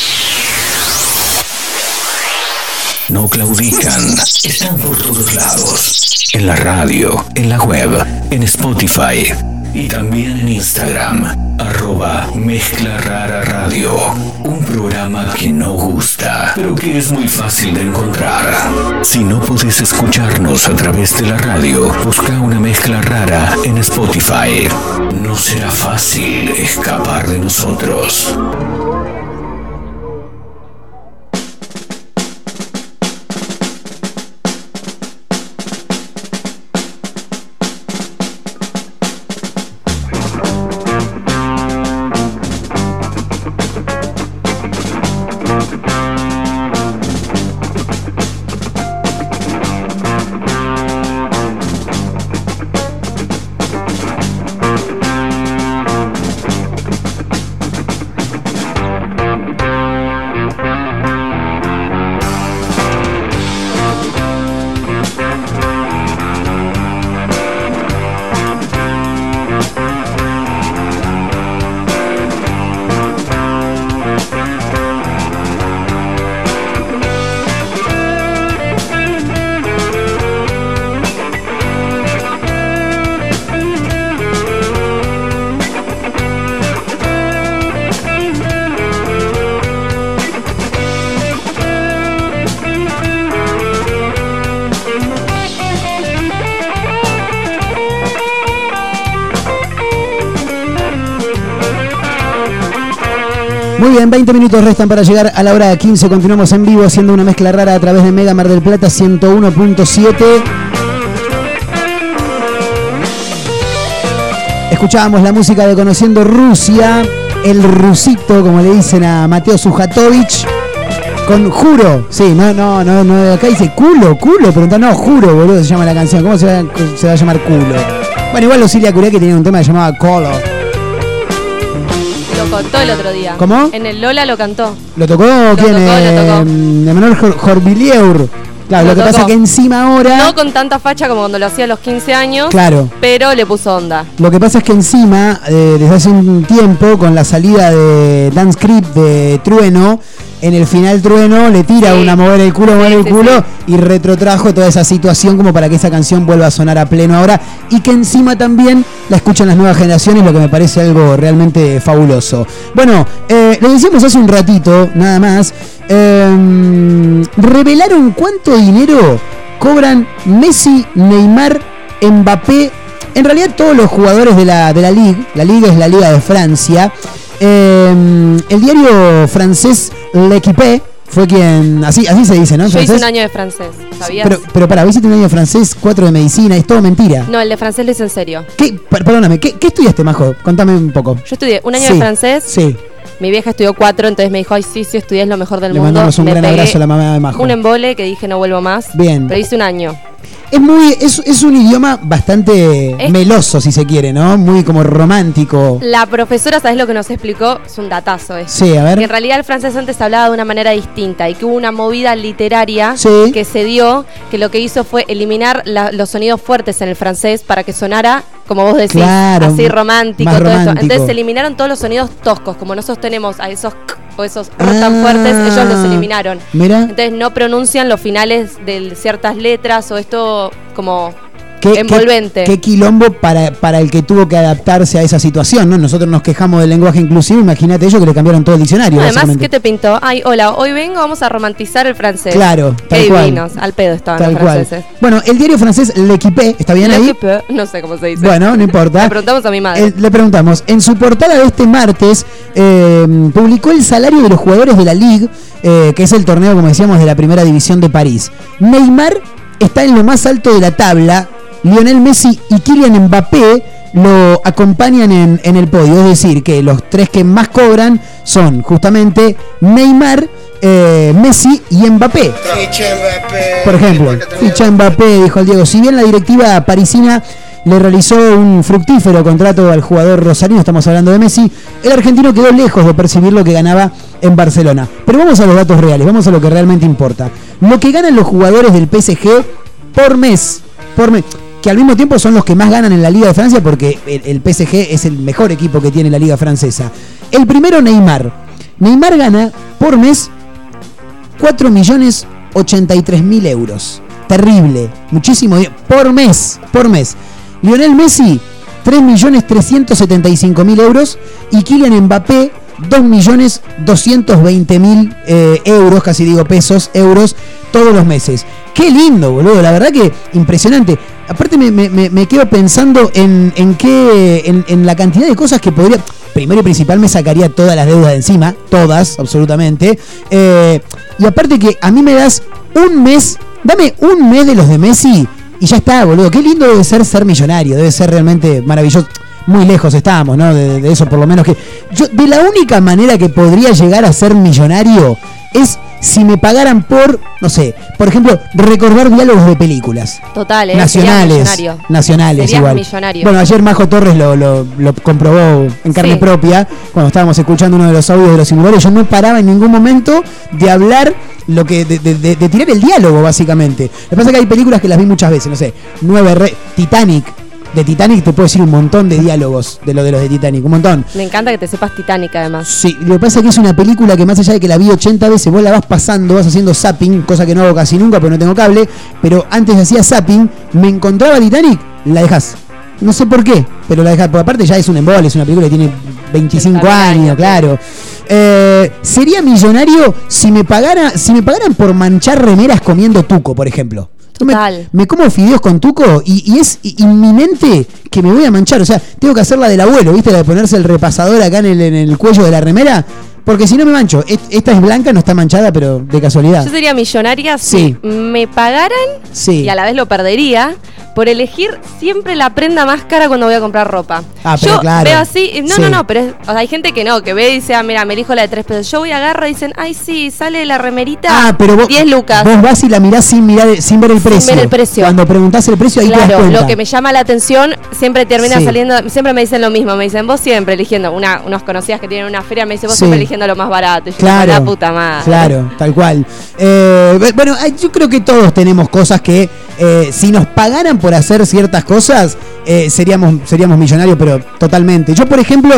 No claudican, están por todos lados, en la radio, en la web, en Spotify y también en Instagram, @mezclarararadio, un programa que no gusta, pero que es muy fácil de encontrar. Si no podés escucharnos a través de la radio, busca una mezcla rara en Spotify. No será fácil escapar de nosotros. Muy bien, 20 minutos restan para llegar a la hora 15. Continuamos en vivo haciendo una mezcla rara a través de Mega Mar del Plata 101.7. Escuchábamos la música de Conociendo Rusia, el rusito, como le dicen a Mateo Sujatovich, con Juro. Sí, no, acá dice culo, pero no, Juro, boludo, se llama la canción. ¿Cómo se va a llamar culo? Bueno, igual Lucilia Curiaki tenía un tema que se llamaba Colo. Lo contó el otro día. ¿Cómo? En el Lola lo cantó. ¿Lo tocó quién? Lo tocó. Emanuel Jorvillieur. Claro, lo que pasa es que encima ahora... No con tanta facha como cuando lo hacía a los 15 años. Claro. Pero le puso onda. Lo que pasa es que encima, desde hace un tiempo, con la salida de Dance Creep de Trueno, en el final Trueno le tira una mover el culo y retrotrajo toda esa situación como para que esa canción vuelva a sonar a pleno ahora y que encima también la escuchan las nuevas generaciones, lo que me parece algo realmente fabuloso. Bueno, lo decíamos hace un ratito, nada más. Revelaron cuánto dinero cobran Messi, Neymar, Mbappé En realidad todos los jugadores de la Ligue, la Ligue es la Liga de Francia, el diario francés L'Equipe fue quien, así se dice, ¿no? Yo ¿Francés? hice un año de francés, ¿sabías? Pero pará, ¿viste un año de francés, 4 de medicina? Es todo mentira. No, el de francés lo hice en serio. Perdóname, ¿qué estudiaste, Majo? Contame un poco. Yo estudié un año de francés. Sí. Mi vieja estudió 4, entonces me dijo, ay, sí, estudié, es lo mejor del Le mundo. mandamos un gran abrazo a la mamá de Majo. Un embole que dije, no vuelvo más. Bien. Pero hice un año. Es un idioma bastante meloso, si se quiere, ¿no? Muy como romántico. La profesora, ¿sabes lo que nos explicó? Es un datazo esto. Sí, a ver. Que en realidad el francés antes hablaba de una manera distinta y que hubo una movida literaria que se dio, que lo que hizo fue eliminar los sonidos fuertes en el francés para que sonara, como vos decís, así romántico, más todo romántico. esto. Entonces se eliminaron todos los sonidos toscos, como nosotros tenemos a esos o esos tan fuertes, ellos los eliminaron. Mira. Entonces no pronuncian los finales de ciertas letras o esto como envolvente. Qué quilombo para el que tuvo que adaptarse a esa situación, ¿no? Nosotros nos quejamos del lenguaje inclusivo, imagínate ellos que le cambiaron todo el diccionario. Además, ¿qué te pintó? Ay, hola, hoy vengo, vamos a romantizar el francés. Claro, tal qué cual. divinos, al pedo estaban Tal los cual. franceses. Bueno, el diario francés L'Equipe, ¿está bien ahí? L'Equipe, no sé cómo se dice. Bueno, no importa. Le preguntamos a mi madre. Le preguntamos. En su portada de este martes publicó el salario de los jugadores de la Ligue, que es el torneo, como decíamos, de la primera división de París. Neymar está en lo más alto de la tabla. Lionel Messi y Kylian Mbappé lo acompañan en el podio. Es decir, que los tres que más cobran son justamente Neymar, Messi y Mbappé. Por ejemplo, ficha Mbappé, dijo el Diego. Si bien la directiva parisina le realizó un fructífero contrato al jugador rosarino, estamos hablando de Messi, el argentino quedó lejos de percibir lo que ganaba en Barcelona. Pero vamos a los datos reales, vamos a lo que realmente importa. Lo que ganan los jugadores del PSG por mes, que al mismo tiempo son los que más ganan en la Liga de Francia, porque el PSG es el mejor equipo que tiene la Liga Francesa. El primero, Neymar. Neymar gana por mes 4.083.000 euros. Terrible, muchísimo dinero. Por mes. Lionel Messi, 3.375.000 euros. Y Kylian Mbappé, 2.220.000 euros, casi digo pesos, euros, todos los meses. Qué lindo, boludo, la verdad que impresionante. Aparte me quedo pensando en la cantidad de cosas que podría... Primero y principal, me sacaría todas las deudas de encima, todas, absolutamente. Y aparte que a mí me das un mes, dame un mes de los de Messi y ya está, boludo. Qué lindo debe ser millonario, debe ser realmente maravilloso. Muy lejos estamos, ¿no? De eso, por lo menos que... Yo, de la única manera que podría llegar a ser millonario es si me pagaran por, no sé, por ejemplo, recordar diálogos de películas. Total, nacionales. Nacionales, serías igual. Millonario. Bueno, ayer Majo Torres lo comprobó en carne propia, cuando estábamos escuchando uno de los audios de los simuladores. Yo no paraba en ningún momento de hablar de tirar el diálogo, básicamente. Lo que pasa es que hay películas que las vi muchas veces, no sé, Titanic. De Titanic te puedo decir un montón de diálogos de los de Titanic, un montón. Me encanta que te sepas Titanic, además. Sí, lo que pasa es que es una película que más allá de que la vi 80 veces, vos la vas pasando, vas haciendo zapping, cosa que no hago casi nunca porque no tengo cable, pero antes hacía zapping, me encontraba Titanic, la dejás. No sé por qué, pero la dejás, porque aparte ya es un embole, es una película que tiene 25 años, claro. Sería millonario si me pagaran por manchar remeras comiendo tuco, por ejemplo. Me como fideos con tuco y es inminente que me voy a manchar. O sea, tengo que hacer la del abuelo, ¿viste? La de ponerse el repasador acá en el cuello de la remera. Porque si no me mancho. Esta es blanca, no está manchada, pero de casualidad. Yo sería millonaria si me pagaran y a la vez lo perdería por elegir siempre la prenda más cara cuando voy a comprar ropa. Pero yo claro. veo así, no, pero hay gente que no, que ve y dice, mira, me elijo la de 3 pesos. Yo voy a agarrar y dicen, ay, sí, sale la remerita, pero vos, 10 lucas. Vos vas y la mirás sin ver el precio. Sin ver el precio. Cuando preguntás el precio, ahí te das cuenta. Lo que me llama la atención siempre termina saliendo, siempre me dicen lo mismo, me dicen, vos siempre eligiendo, unos conocidas que tienen una feria me dicen, vos siempre eligiendo lo más barato. Y yo, claro, la puta madre. Claro, tal cual. Bueno, yo creo que todos tenemos cosas que si nos pagaran por hacer ciertas cosas, seríamos millonarios, pero totalmente. Yo, por ejemplo,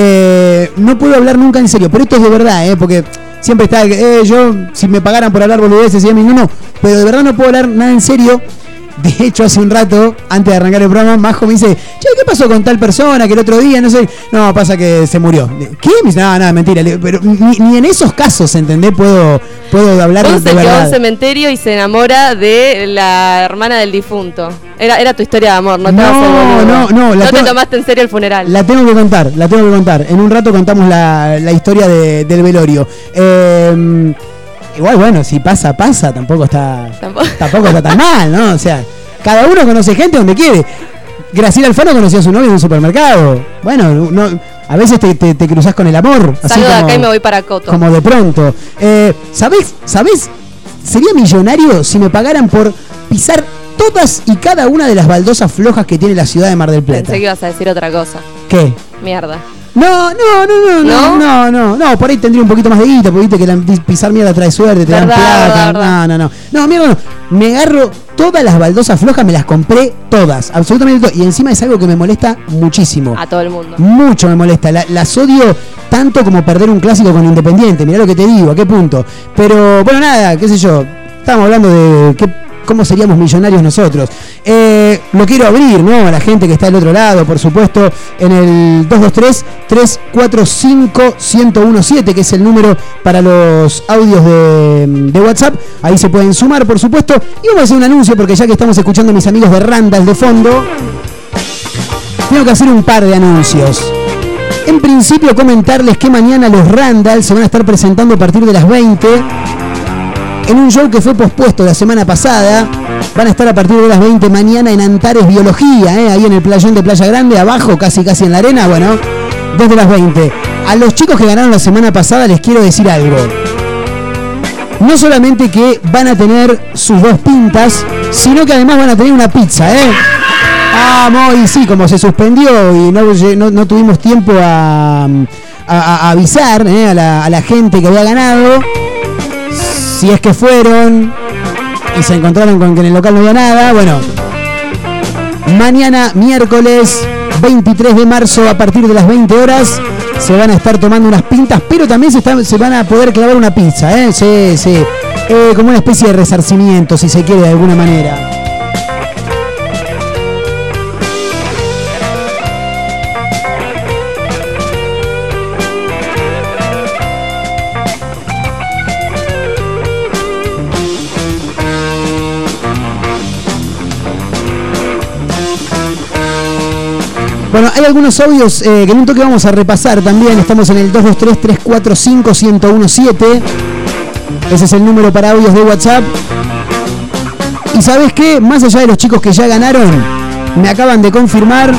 no puedo hablar nunca en serio, pero esto es de verdad, porque siempre está, yo, si me pagaran por hablar boludeces, no, pero de verdad no puedo hablar nada en serio. De hecho, hace un rato, antes de arrancar el programa, Majo me dice, che, ¿qué pasó con tal persona que el otro día, no sé? No, pasa que se murió. ¿Qué? Me dice, no, mentira. Pero ni en esos casos, ¿entendés? Puedo hablar de verdad. Se va a un cementerio y se enamora de la hermana del difunto. Era tu historia de amor, no te vas a hacer boludo. No te tomaste en serio el funeral. La tengo que contar. En un rato contamos la historia del velorio. Igual, bueno, si pasa, tampoco está tan mal, ¿no? O sea, cada uno conoce gente donde quiere. Graciela Alfano conoció a su novio en un supermercado. Bueno, a veces te cruzás con el amor. Salgo de acá y me voy para Coto. Como de pronto. ¿Sabés? Sería millonario si me pagaran por pisar todas y cada una de las baldosas flojas que tiene la ciudad de Mar del Plata. Pensé que ibas a decir otra cosa. ¿Qué? Mierda. No, por ahí tendría un poquito más de guita, porque viste que pisar mierda trae suerte, te dan plata. No, mierda no. Me agarro todas las baldosas flojas, me las compré todas, absolutamente todas. Y encima es algo que me molesta muchísimo. A todo el mundo. Mucho me molesta. Las odio tanto como perder un clásico con Independiente. Mirá lo que te digo, a qué punto. Pero, bueno, nada, qué sé yo. Estamos hablando de cómo seríamos millonarios nosotros. Lo quiero abrir, ¿no? A la gente que está del otro lado, por supuesto, en el 223-345-1017, que es el número para los audios de WhatsApp. Ahí se pueden sumar, por supuesto. Y vamos a hacer un anuncio, porque ya que estamos escuchando a mis amigos de Randall de fondo, tengo que hacer un par de anuncios. En principio, comentarles que mañana los Randall se van a estar presentando a partir de las 20 en un show que fue pospuesto la semana pasada. Van a estar a partir de las 20 mañana en Antares Biología, ahí en el playón de Playa Grande, abajo, casi en la arena. Bueno, desde las 20. A los chicos que ganaron la semana pasada les quiero decir algo. No solamente que van a tener sus 2 pintas, sino que además van a tener una pizza, Vamos, y sí, como se suspendió y no tuvimos tiempo a avisar a la gente que había ganado. Si es que fueron y se encontraron con que en el local no había nada, bueno, mañana miércoles 23 de marzo a partir de las 20 horas se van a estar tomando unas pintas, pero también se van a poder clavar una pizza, sí, como una especie de resarcimiento, si se quiere, de alguna manera. Bueno, hay algunos audios que en un toque vamos a repasar también. Estamos en el 223-345-1017. Ese es el número para audios de WhatsApp. Y ¿sabes qué? Más allá de los chicos que ya ganaron, me acaban de confirmar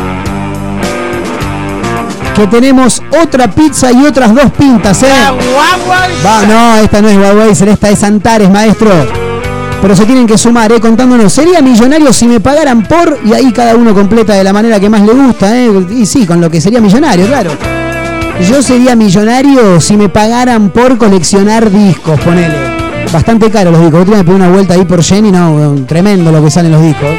que tenemos otra pizza y otras 2 pintas, no, esta no es Guaguayser, esta es Antares, maestro. Pero se tienen que sumar, contándonos, ¿sería millonario si me pagaran por...? Y ahí cada uno completa de la manera que más le gusta, Y sí, con lo que sería millonario, claro. Yo sería millonario si me pagaran por coleccionar discos, ponele. Bastante caro los discos. Otro día me pedí una vuelta ahí por Jenny, no, tremendo lo que salen los discos.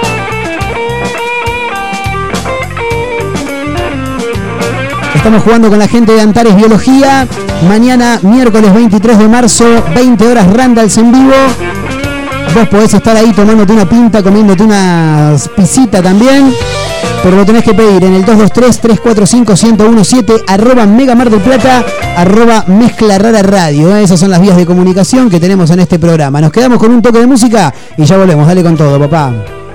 Estamos jugando con la gente de Antares Biología. Mañana, miércoles 23 de marzo, 20 horas, Randalls en vivo. Vos podés estar ahí tomándote una pinta, comiéndote una pisita también. Pero lo tenés que pedir en el 223-345-1017, @Megamar del Plata, @Mezcla Rara Radio. Esas son las vías de comunicación que tenemos en este programa. Nos quedamos con un toque de música y ya volvemos. Dale con todo, papá.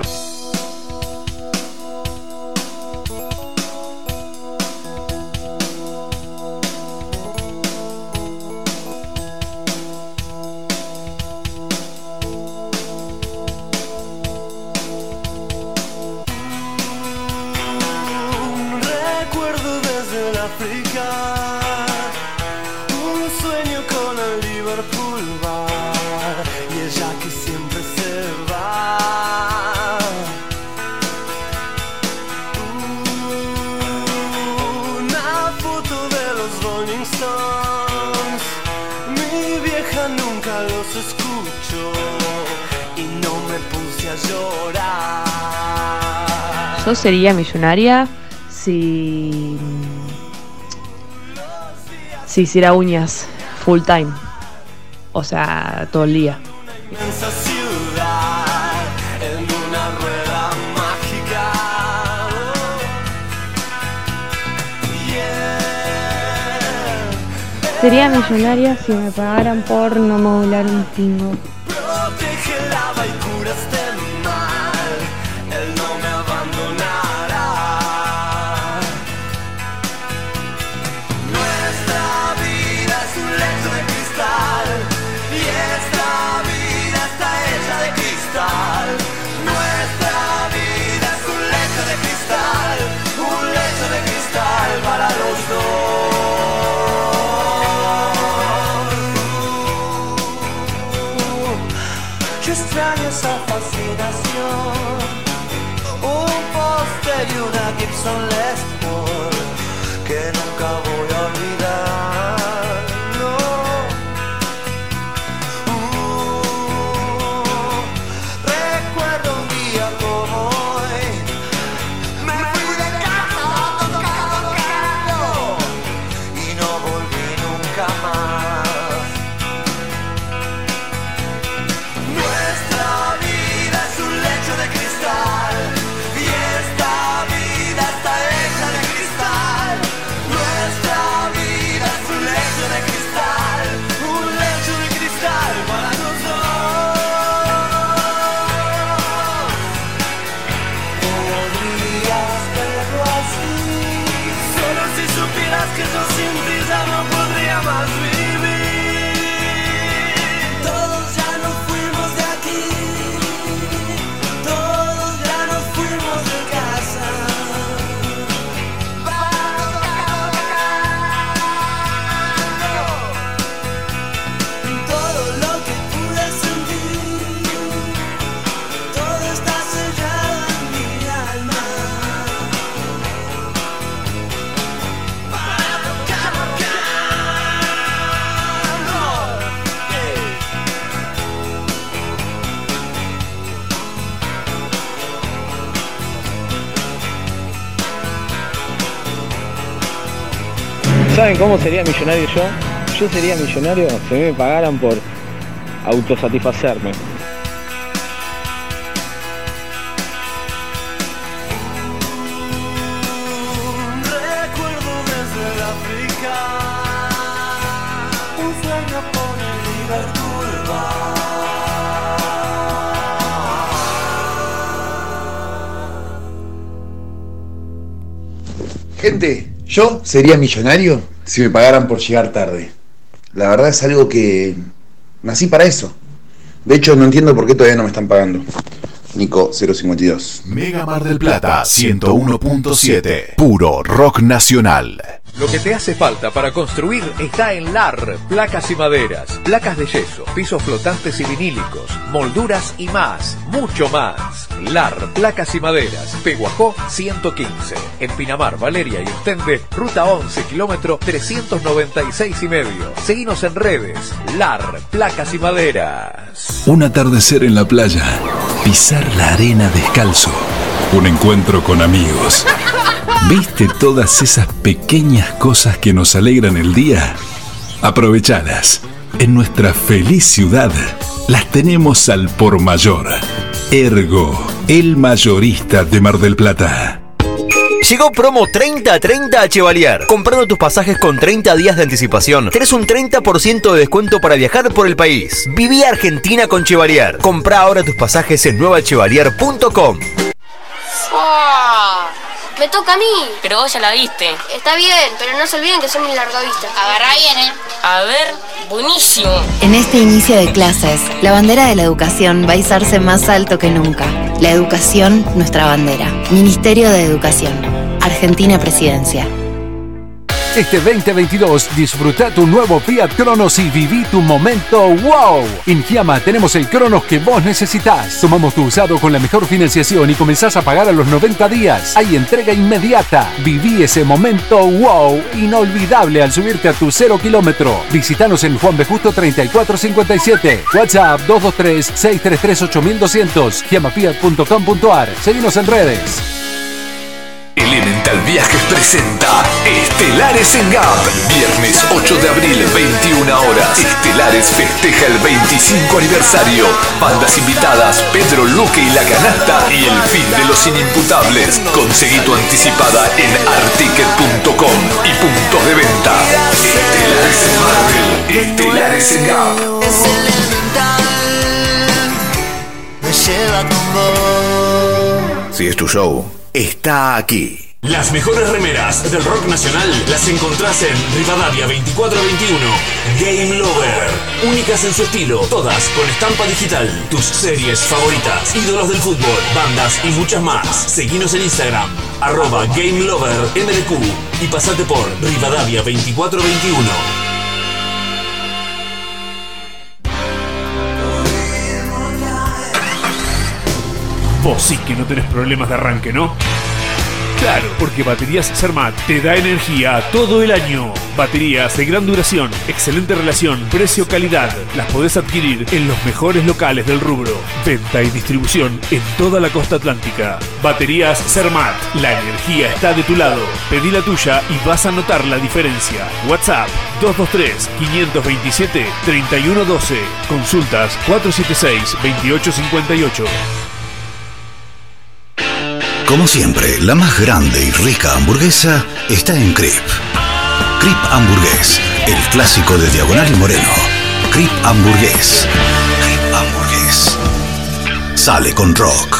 Yo sería millonaria si hiciera uñas full time, o sea, todo el día. Sería millonaria si me pagaran por no modular un pingo. Protégela y cura este mal, él no me abandonará. Nuestra vida es un lecho de cristal y esta vida está hecha de cristal. Nuestra vida es un lecho de cristal para los dos. Yo extraño esa fascinación, un póster y una Gibson Les Paul que nunca voy a olvidar, no. Recuerdo un día como hoy, me fui de casa tocando y no volví nunca más. De cristal y esta vida está hecha de cristal. Nuestra vida es un lecho de cristal para los dos. Podrías verlo así, solo si supieras que yo sin ti ya no podría más vivir. Todos ya no fuimos de aquí, ¿Saben cómo sería millonario yo? Yo sería millonario si me pagaran por autosatisfacerme. Recuerdo desde el África un sueño con el Liverpool. Gente, yo sería millonario si me pagaran por llegar tarde. La verdad es algo que nací para eso. De hecho, no entiendo por qué todavía no me están pagando. Nico 052. Mega Mar del Plata 101.7. Puro rock nacional. Lo que te hace falta para construir está en LAR Placas y Maderas. Placas de yeso, pisos flotantes y vinílicos, molduras y más, mucho más. LAR Placas y Maderas, Peguajó 115. En Pinamar, Valeria y Ostende, ruta 11, kilómetro 396,5. Seguinos en redes. LAR Placas y Maderas. Un atardecer en la playa, pisar la arena descalzo, un encuentro con amigos. ¿Viste todas esas pequeñas cosas que nos alegran el día? Aprovechalas. En nuestra feliz ciudad las tenemos al por mayor. Ergo, el mayorista de Mar del Plata. Llegó promo 30-30 a Chevalier. Comprando tus pasajes con 30 días de anticipación, tenés un 30% de descuento para viajar por el país. Viví Argentina con Chevalier. Comprá ahora tus pasajes en nuevachevalier.com. Me toca a mí. Pero vos ya la viste. Está bien, pero no se olviden que soy mi largavista. Agarrá bien, A ver, buenísimo. En este inicio de clases, la bandera de la educación va a izarse más alto que nunca. La educación, nuestra bandera. Ministerio de Educación. Argentina Presidencia. Este 2022 disfruta tu nuevo Fiat Cronos y viví tu momento wow. En Giamma tenemos el Cronos que vos necesitas. Tomamos tu usado con la mejor financiación y comenzás a pagar a los 90 días. Hay entrega inmediata. Viví ese momento wow inolvidable al subirte a tu 0 kilómetro. Visítanos en Juan B. Justo 3457. WhatsApp 223-633-8200. Giammafiat.com.ar. Seguinos en redes. Elemental Viajes presenta Estelares en GAP. Viernes 8 de abril, 21 horas. Estelares festeja el 25 aniversario. Bandas invitadas, Pedro Luque y La Canasta y el fin de los inimputables. Conseguí tu anticipada en articket.com y puntos de venta. Estelares en Marvel, Estelares en GAP. Es elemental, me lleva con vos. Si es tu show, está aquí. Las mejores remeras del rock nacional las encontrás en Rivadavia 2421. Game Lover. Únicas en su estilo, todas con estampa digital. Tus series favoritas, ídolos del fútbol, bandas y muchas más. Seguinos en Instagram, @GameLoverMDQ y pasate por Rivadavia 2421. Vos sí que no tenés problemas de arranque, ¿no? Claro, porque Baterías Zermatt te da energía todo el año. Baterías de gran duración, excelente relación, precio-calidad. Las podés adquirir en los mejores locales del rubro. Venta y distribución en toda la costa atlántica. Baterías Zermatt, la energía está de tu lado. Pedí la tuya y vas a notar la diferencia. WhatsApp 223-527-3112. Consultas 476-2858. Como siempre, la más grande y rica hamburguesa está en Crip. Crip Hamburgués, el clásico de Diagonal y Moreno. Crip Hamburgués. Crip Hamburgués. Sale con rock.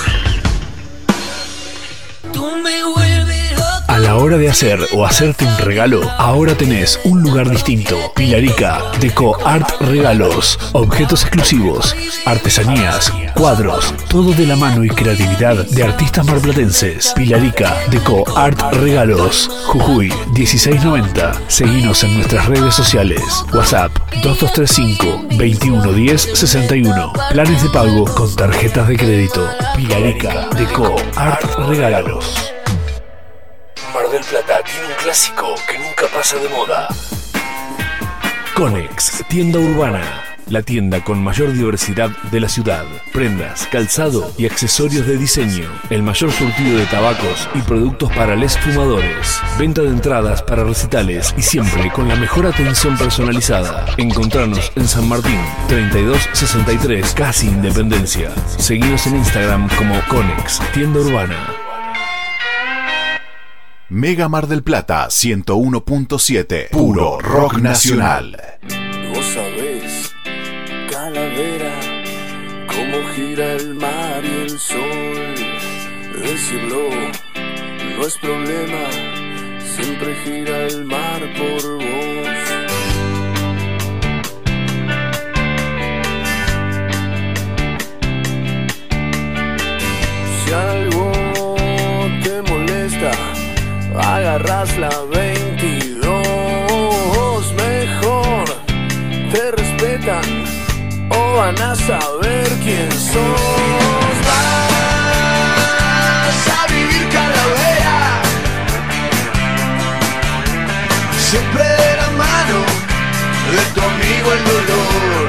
A la hora de hacer o hacerte un regalo, ahora tenés un lugar distinto. Pilarica Deco Art Regalos. Objetos exclusivos, artesanías, cuadros, todo de la mano y creatividad de artistas marplatenses. Pilarica Deco Art Regalos. Jujuy 1690. Seguinos en nuestras redes sociales. WhatsApp 2235-2110-61. Planes de pago con tarjetas de crédito. Pilarica Deco Art Regalos. Mar del Plata tiene un clásico que nunca pasa de moda. Conex, tienda urbana. La tienda con mayor diversidad de la ciudad. Prendas, calzado y accesorios de diseño. El mayor surtido de tabacos y productos para les fumadores. Venta de entradas para recitales y siempre con la mejor atención personalizada. Encontranos en San Martín, 3263, casi Independencia. Seguinos en Instagram como Conex, tienda urbana. Mega Mar del Plata 101.7. Puro rock nacional. Vos sabés, Calavera, cómo gira el mar y el sol. Decirlo no es problema, siempre gira el mar por vos. Si algo te molesta, agarras la 22, mejor te respetan o van a saber quién sos. Vas a vivir Calavera, siempre de la mano de tu amigo el dolor.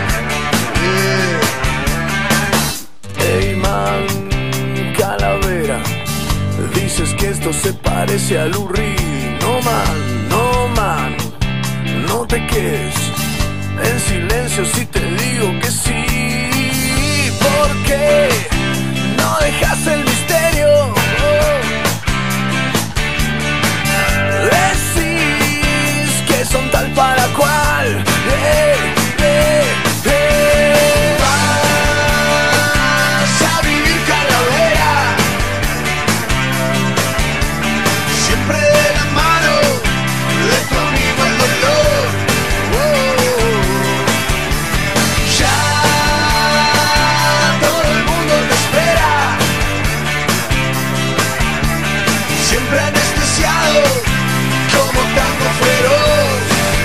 Hey man, Calavera, dices que esto se parece al Urri. No man, no man, no te quedes en silencio si te digo que sí. ¿Por qué no dejas el misterio? Decís que son tal para cual. Vas a vivir Calavera, siempre de la mano de tu amigo el dolor. Ya todo el mundo te espera, siempre anestesiado como tango feroz.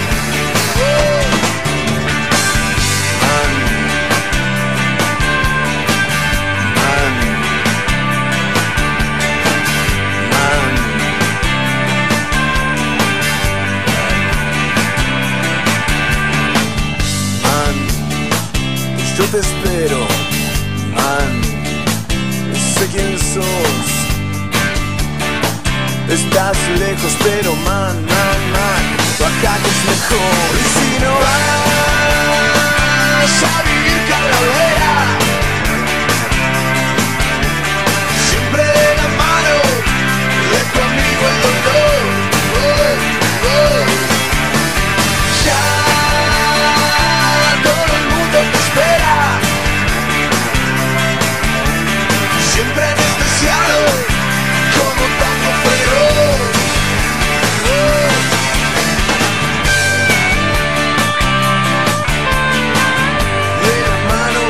Yo te espero, man, sé quién sos. Estás lejos, pero man, baja que es mejor. Y si no vas a vivir calavera, siempre de la mano de tu amigo el doctor. Ya todo el mundo te espera, siempre anestesiado como tango feroz. De la mano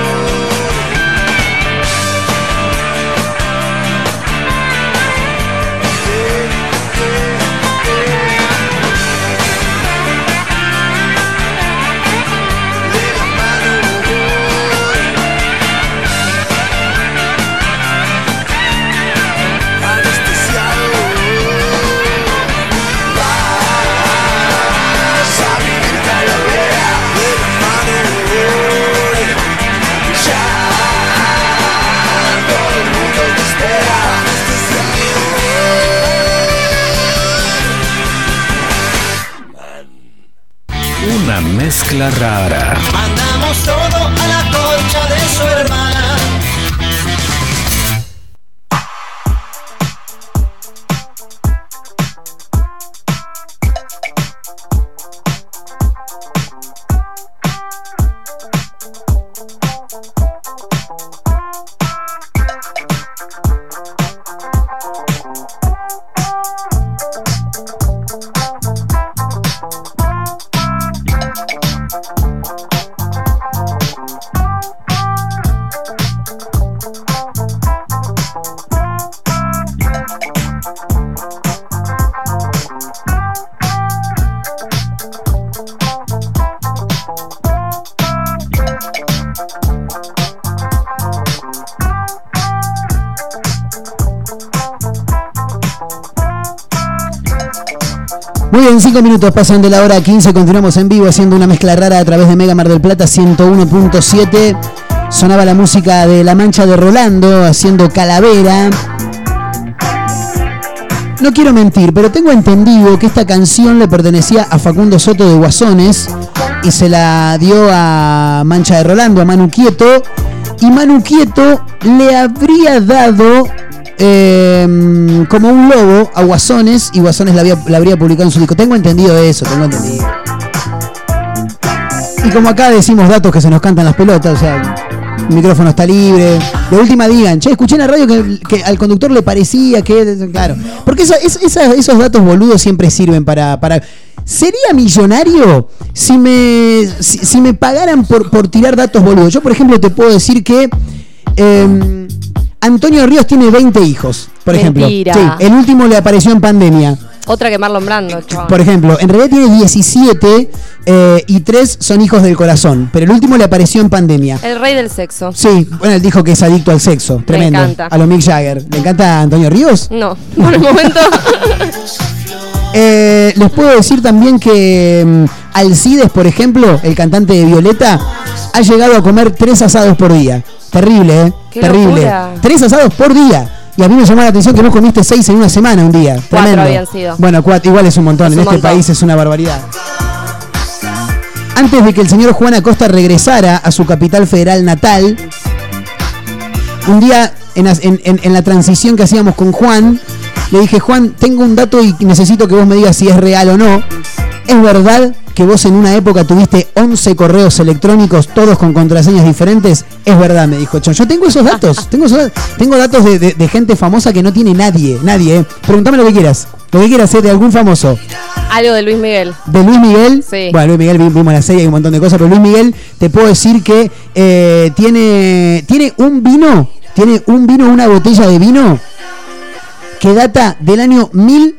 Una mezcla rara. Mandamos todo a la concha de su hermana. Muy bien, 5 minutos pasan de la hora 15, continuamos en vivo haciendo una mezcla rara a través de Mega Mar del Plata 101.7. Sonaba la música de La Mancha de Rolando haciendo Calavera. No quiero mentir, pero tengo entendido que esta canción le pertenecía a Facundo Soto de Guasones y se la dio a Mancha de Rolando, a Manu Quieto, y Manu Quieto le habría dado como un lobo a Guasones y Guasones la habría publicado en su disco. Tengo entendido eso, tengo entendido. Y como acá decimos datos que se nos cantan las pelotas, o sea, el micrófono está libre. De última digan, che, escuché en la radio que al conductor le parecía que... Claro, porque esos datos boludos siempre sirven para... ¿Sería millonario si me pagaran por tirar datos boludos? Yo, por ejemplo, te puedo decir que... Antonio Ríos tiene 20 hijos, por ejemplo. Sí, el último le apareció en pandemia. Otra que Marlon Brando, chaval. Por ejemplo, en realidad tiene 17 y 3 son hijos del corazón, pero el último le apareció en pandemia. El rey del sexo. Sí, bueno, él dijo que es adicto al sexo. Tremendo. Me encanta. A lo Mick Jagger. ¿Le encanta a Antonio Ríos? No, por el momento. Les puedo decir también que Alcides, por ejemplo, el cantante de Violeta, ha llegado a comer 3 asados por día. Terrible, Qué terrible. Locura. 3 asados por día. Y a mí me llamó la atención que no comiste 6 en una semana un día. 4 Tremendo. habían sido. Bueno, 4, igual es un montón. En este país es una barbaridad. Antes de que el señor Juan Acosta regresara a su capital federal natal, un día en la transición que hacíamos con Juan, le dije, Juan, tengo un dato y necesito que vos me digas si es real o no. ¿Es verdad que vos en una época tuviste 11 correos electrónicos, todos con contraseñas diferentes? Es verdad, me dijo. Yo tengo esos datos. Tengo datos de gente famosa que no tiene nadie. Preguntame lo que quieras. Lo que quieras, de algún famoso. Algo de Luis Miguel. ¿De Luis Miguel? Sí. Bueno, Luis Miguel vimos la serie y un montón de cosas, pero Luis Miguel, te puedo decir que tiene un vino, una botella de vino que data del año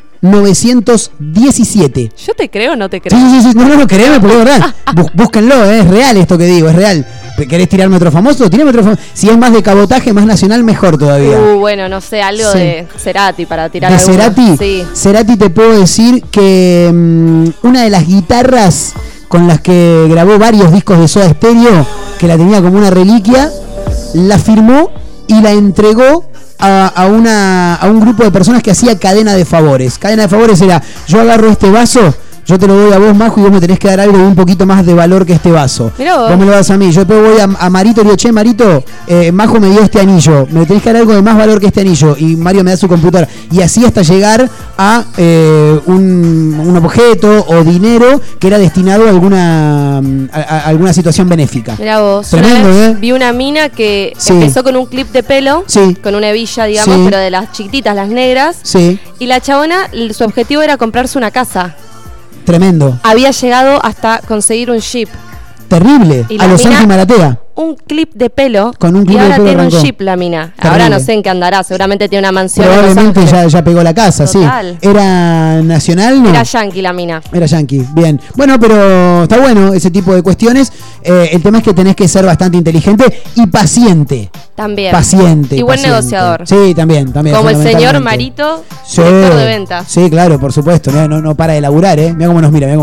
1917. ¿Yo te creo o no te creo? Sí. No, créeme, porque es verdad. Búsquenlo, es real esto que digo, es real. ¿Querés tirarme otro famoso? Tirame otro famoso. Si es más de cabotaje, más nacional, mejor todavía. Bueno, no sé, algo de Cerati para tirar. ¿De Cerati? Sí. Cerati, te puedo decir que una de las guitarras con las que grabó varios discos de Soda Stereo, que la tenía como una reliquia, la firmó y la entregó a un grupo de personas que hacía cadena de favores. Cadena de favores era, yo agarro este vaso, yo te lo doy a vos, Majo, y vos me tenés que dar algo de un poquito más de valor que este vaso. Vos me lo das a mí. Yo después voy a Marito y le digo, che, Marito, Majo me dio este anillo. Me tenés que dar algo de más valor que este anillo. Y Mario me da su computadora. Y así hasta llegar a un objeto o dinero que era destinado a alguna situación benéfica. Mirá vos. Tremendo, vi una mina que empezó con un clip de pelo, con una hebilla, digamos, pero de las chiquititas, las negras. Sí. Y la chabona, su objetivo era comprarse una casa. Tremendo. Había llegado hasta conseguir un jeep. Terrible. A los Santi Maratea. Un clip de pelo. Con un clip y ahora de pelo tiene arrancó. un jeep la mina. Terrible. Ahora no sé en qué andará. Seguramente tiene una mansión. Probablemente ya pegó la casa, Total. sí. ¿Era nacional? No. Era yankee la mina. Era yankee, bien. Bueno, pero está bueno ese tipo de cuestiones. El tema es que tenés que ser bastante inteligente y paciente. También. Paciente. Y buen paciente. negociador. Sí, también. Como el señor Marito, sí, director de ventas. Sí, claro, por supuesto. No para de laburar, ¿eh? Mirá cómo nos mira.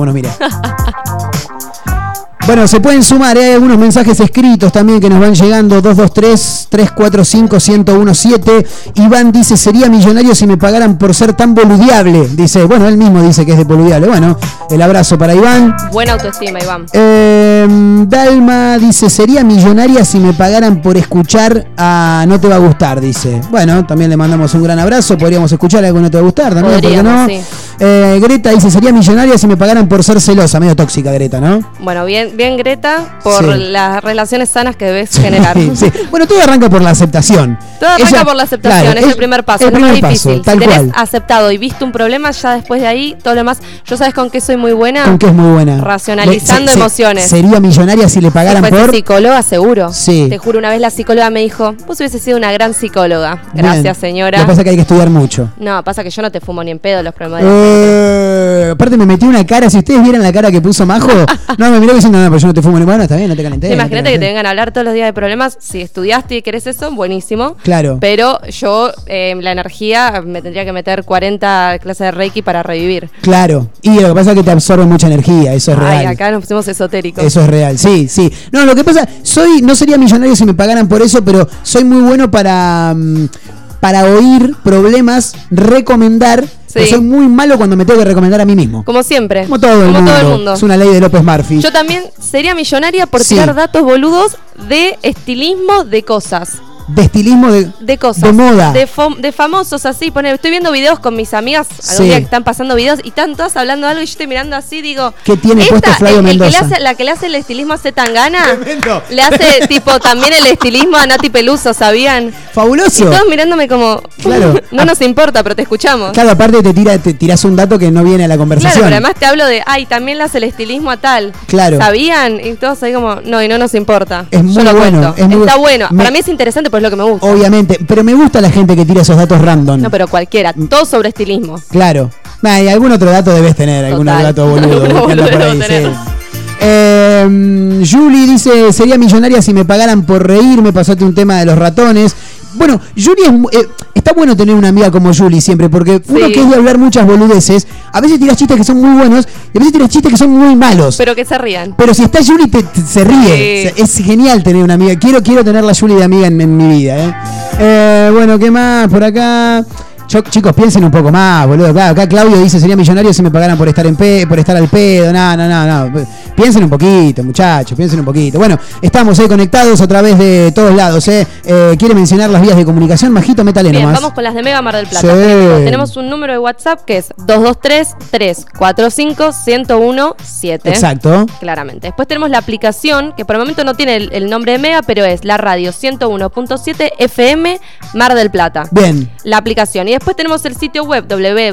Bueno, se pueden sumar, hay algunos mensajes escritos también que nos van llegando, 223-345-1017. Iván dice, sería millonario si me pagaran por ser tan boludeable. Dice, bueno, él mismo dice que es de boludeable. Bueno, el abrazo para Iván. Buena autoestima, Iván. Dalma dice, sería millonaria si me pagaran por escuchar a No Te Va a Gustar, dice. Bueno, también le mandamos un gran abrazo, podríamos escuchar algo que No Te Va a Gustar también, ¿por qué no? Sí. Greta dice, sería millonaria si me pagaran por ser celosa, medio tóxica Greta, ¿no? Bueno, bien Greta, por las relaciones sanas que debes generar. Sí. Bueno, todo arranca por la aceptación. Todo arranca por la aceptación, claro, es el primer paso, es lo más difícil. Si tenés aceptado y visto un problema, ya después de ahí, todo lo demás. ¿Yo sabes con qué soy muy buena? ¿Con qué es muy buena? Racionalizando emociones. ¿Sería millonaria si le pagaran si por...? psicóloga, seguro. Sí. Te juro, una vez la psicóloga me dijo, vos hubieses sido una gran psicóloga. Gracias, bien, señora. Lo que pasa es que hay que estudiar mucho. No, pasa que yo no te fumo ni en pedo los problemas de la aparte me metí una cara, si ustedes vieran la cara que puso Majo, no, me miró diciendo, no, pero yo no te fumo ni bueno, está bien, no te calenté. Imagínate que te vengan a hablar todos los días de problemas. Si estudiaste y querés eso, buenísimo. Claro. Pero yo, la energía, me tendría que meter 40 clases de Reiki para revivir. Claro. Y lo que pasa es que te absorbe mucha energía, eso es real. Ay, acá nos pusimos esotéricos. Eso es real, sí. No, lo que pasa, no sería millonario si me pagaran por eso, pero soy muy bueno para oír problemas, recomendar. Pero soy muy malo cuando me tengo que recomendar a mí mismo. Como siempre. Como todo el mundo. Es una ley de López Murphy. Yo también sería millonaria por tirar datos boludos de estilismo de cosas. De estilismo de cosas. De moda. De famosos así. Estoy viendo videos con mis amigas algún día que están pasando videos y están todas hablando de algo y yo estoy mirando así, digo. ¿Qué tiene puesto Flavio Mendoza? La que le hace el estilismo a Zetangana. Le hace tipo también el estilismo a Nati Peluso, ¿sabían? Fabuloso. Y todos mirándome como, claro, no nos importa, pero te escuchamos. Claro, aparte te tirás un dato que no viene a la conversación. Claro, pero además te hablo de, también le hace el estilismo a tal. Claro. ¿Sabían? Y todos ahí como, no, y no nos importa. Es muy bueno. Está bueno. Para mí es interesante, pues es lo que me gusta. Obviamente, pero me gusta la gente que tira esos datos random. No, pero cualquiera, todo sobre estilismo. Claro. Y algún otro dato debes tener, algún otro dato boludo. Julie dice, sería millonaria si me pagaran por reírme, pasaste un tema de los ratones. Bueno, Julie está bueno tener una amiga como Julie siempre, porque uno que es de hablar muchas boludeces, a veces tiras chistes que son muy buenos y a veces tiras chistes que son muy malos. Pero que se rían. Pero si está Julie se ríe. Sí. Es genial tener una amiga. Quiero tener la Julie de amiga en mi vida. Bueno, ¿qué más por acá? Chicos, piensen un poco más, boludo. Acá Claudio dice, sería millonario si me pagaran por estar al pedo. No. Piensen un poquito, muchachos, piensen un poquito. Bueno, estamos conectados a través de todos lados. ¿Quiere mencionar las vías de comunicación? Majito, métale nomás. Vamos con las de Mega Mar del Plata. Sí. Tenemos un número de WhatsApp que es 223-345-1017. Exacto. Claramente. Después tenemos la aplicación, que por el momento no tiene el nombre de Mega, pero es la radio 101.7 FM Mar del Plata. Bien. La aplicación. Y después tenemos el sitio web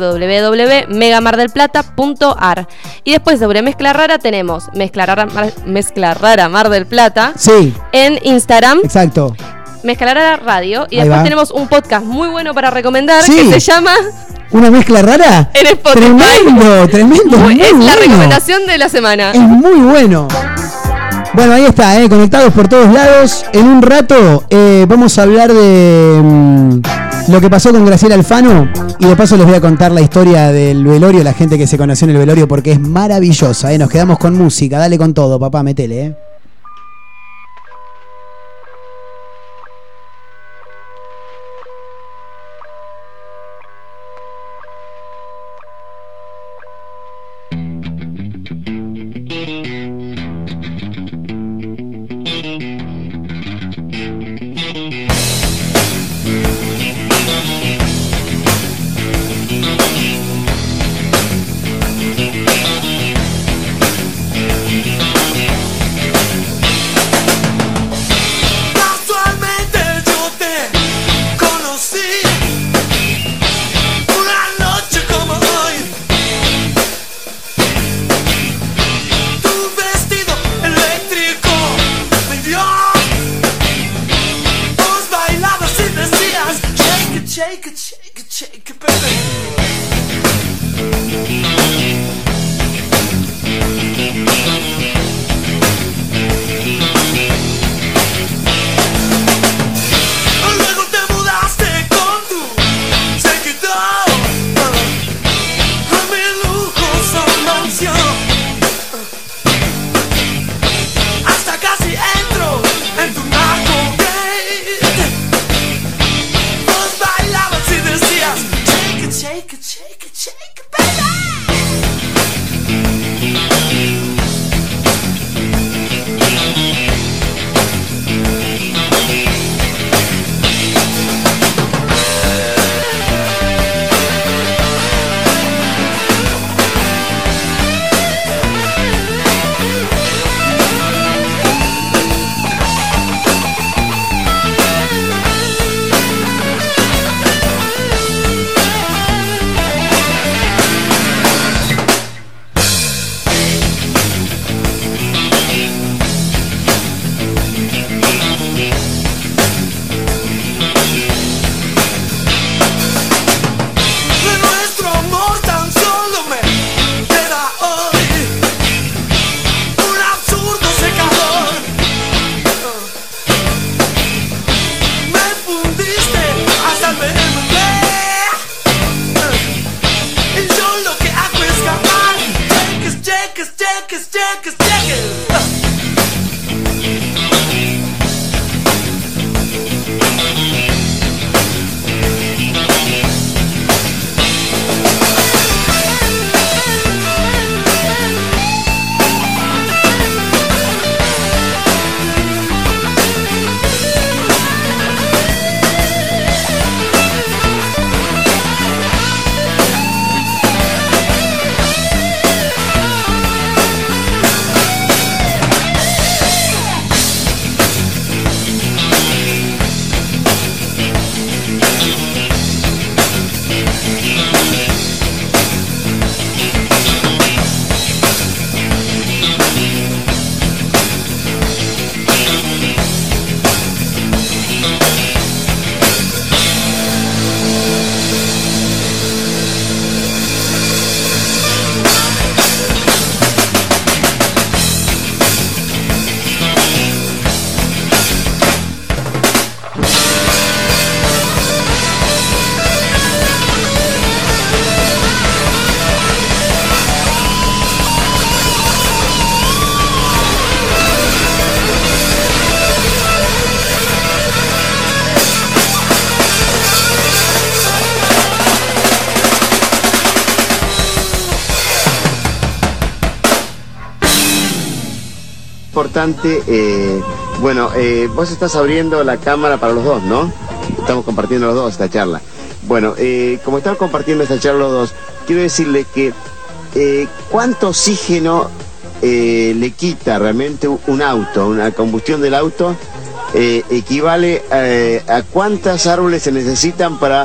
www.megamardelplata.ar. Y después sobre Mezcla Rara tenemos Mezcla Rara Mar del Plata. Sí. En Instagram. Exacto. Mezcla Rara Radio. Y después tenemos un podcast muy bueno para recomendar que se llama... ¿Una mezcla rara? En Spotify. Tremendo. Es la recomendación de la semana. Es muy bueno. Bueno, ahí está, conectados por todos lados. En un rato vamos a hablar de lo que pasó con Graciela Alfano y de paso les voy a contar la historia del velorio, la gente que se conoció en el velorio, porque es maravillosa. Nos quedamos con música, dale con todo, papá, metele. Luego te mudaste con tu seguidor a mi lujosa mansión. Hasta casi entro en tu narco gate. Vos bailabas y decías shake it, shake it, shake it, shake it, baby. De nuestro amor tan solo me queda hoy un absurdo secador. Me fundiste hasta el BMW y yo lo que hago es escapar. Cheques, cheques, cheques, cheques, cheques. Importante, vos estás abriendo la cámara para los dos, ¿no? Estamos compartiendo los dos esta charla. Bueno, como estamos compartiendo esta charla los dos, quiero decirle que ¿cuánto oxígeno le quita realmente un auto, una combustión del auto? Equivale a cuántos árboles se necesitan para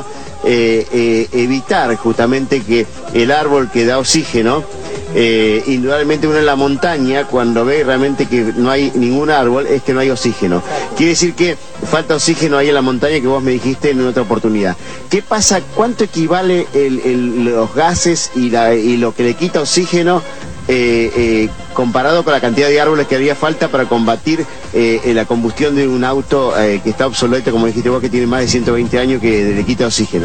evitar justamente que el árbol que da oxígeno, indudablemente uno en la montaña, cuando ve realmente que no hay ningún árbol, es que no hay oxígeno. Quiere decir que falta oxígeno ahí en la montaña, que vos me dijiste en otra oportunidad. ¿Qué pasa? ¿Cuánto equivale los gases y lo que le quita oxígeno comparado con la cantidad de árboles que haría falta para combatir la combustión de un auto que está obsoleto, como dijiste vos, que tiene más de 120 años, que le quita oxígeno?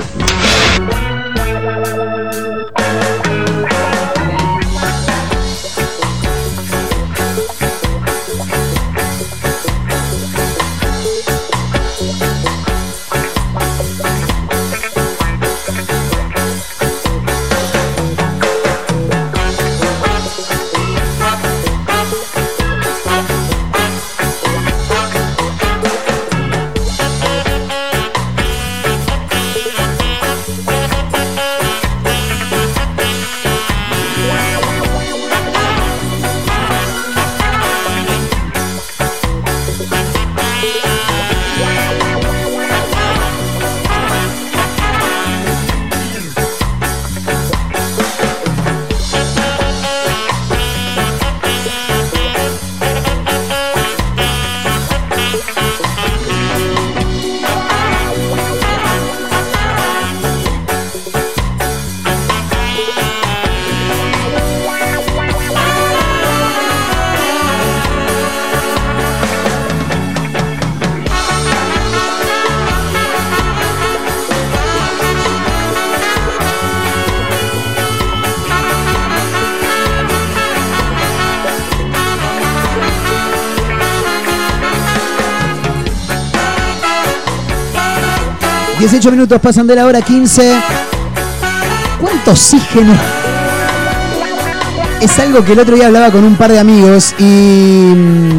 18 minutos pasan de la hora 15. ¿Cuánto oxígeno? Es algo que el otro día hablaba con un par de amigos y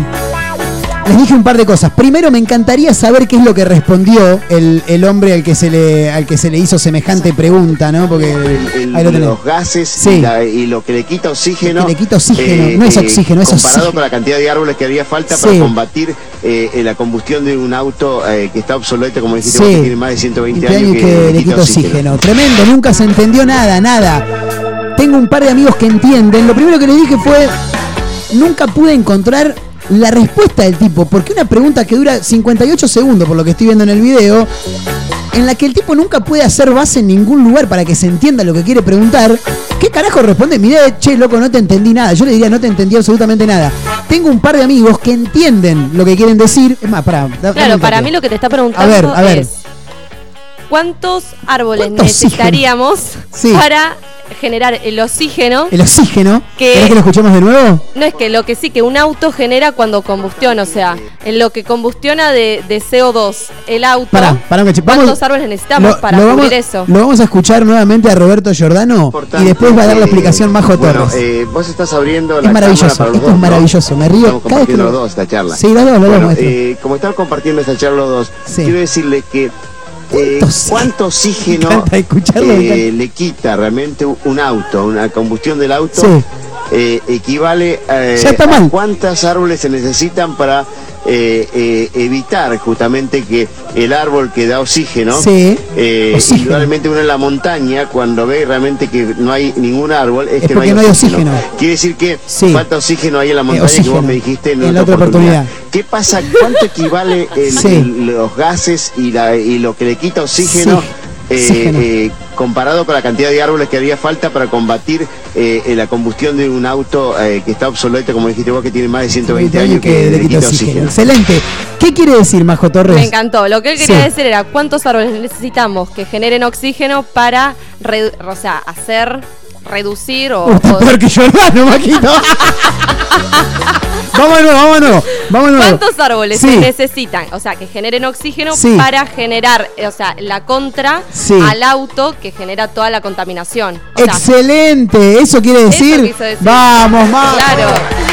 les dije un par de cosas. Primero, me encantaría saber qué es lo que respondió el hombre al que se le hizo semejante pregunta, ¿no? Porque ahí lo tenés. Los gases sí. y lo que le quita oxígeno. Lo que le quita oxígeno, no es oxígeno, es comparado oxígeno. con la cantidad de árboles que haría falta sí. para combatir la combustión de un auto que está obsoleto, como dijiste, sí. que tiene más de 120 años que le quita oxígeno. Tremendo, nunca se entendió nada. Tengo un par de amigos que entienden. Lo primero que le dije fue, nunca pude encontrar la respuesta del tipo, porque una pregunta que dura 58 segundos, por lo que estoy viendo en el video, en la que el tipo nunca puede hacer base en ningún lugar para que se entienda lo que quiere preguntar. ¿Qué carajo responde? Mi idea es, che, loco, no te entendí nada. Yo le diría, no te entendí absolutamente nada. Tengo un par de amigos que entienden lo que quieren decir. Es más, claro, para mí lo que te está preguntando a ver. es ¿cuántos árboles necesitaríamos para generar el oxígeno? ¿El oxígeno? ¿Querés que lo escuchemos de nuevo? No, es que lo que sí que un auto genera cuando combustiona, o sea, en lo que combustiona de CO2 el auto, ¿cuántos árboles necesitamos para cubrir eso? Lo vamos a escuchar nuevamente a Roberto Giordano y después va a dar la explicación Majo Torres. Vos estás abriendo la cámara para los dos, es maravilloso, me río. Estamos compartiendo los dos esta charla. Sí, los dos. Como están compartiendo esta charla los dos, quiero decirle que ¿cuánto oxígeno le quita realmente un auto, una combustión del auto? Equivale a cuántos árboles se necesitan para evitar justamente que el árbol que da oxígeno, indudablemente uno en la montaña, cuando ve realmente que no hay ningún árbol, es que no hay oxígeno. Quiere decir que falta oxígeno ahí en la montaña que vos me dijiste en otra oportunidad. ¿Qué pasa? ¿Cuánto equivale los gases y lo que le quita oxígeno? Comparado con la cantidad de árboles que haría falta para combatir la combustión de un auto que está obsoleto, como dijiste vos, que tiene más de 120 años que le quita oxígeno. Excelente. ¿Qué quiere decir, Majo Torres? Me encantó. Lo que él quería decir era cuántos árboles necesitamos que generen oxígeno para reducir o... peor que Giordano, Maquito. Vámonos. ¿Cuántos árboles se necesitan? O sea, que generen oxígeno para generar, la contra al auto que genera toda la contaminación. Excelente, ¿eso quiere decir? Eso quiso decir. Vamos, Majo. Claro.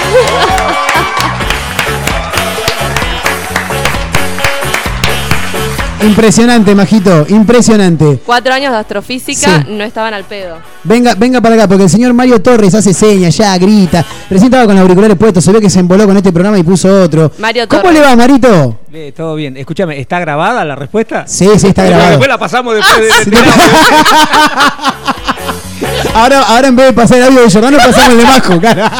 Impresionante, Majito, impresionante. 4 años de astrofísica no estaban al pedo. Venga para acá, porque el señor Mario Torres hace señas, ya grita. Recién estaba con los auriculares puestos, se ve que se emboló con este programa y puso otro. Mario ¿Cómo Torres. le va, Marito? Todo bien. Escúchame, ¿está grabada la respuesta? Sí, está grabada. Después la pasamos después de... Ahora en vez de pasar el audio de Giordano, pasamos el de Majo, cara.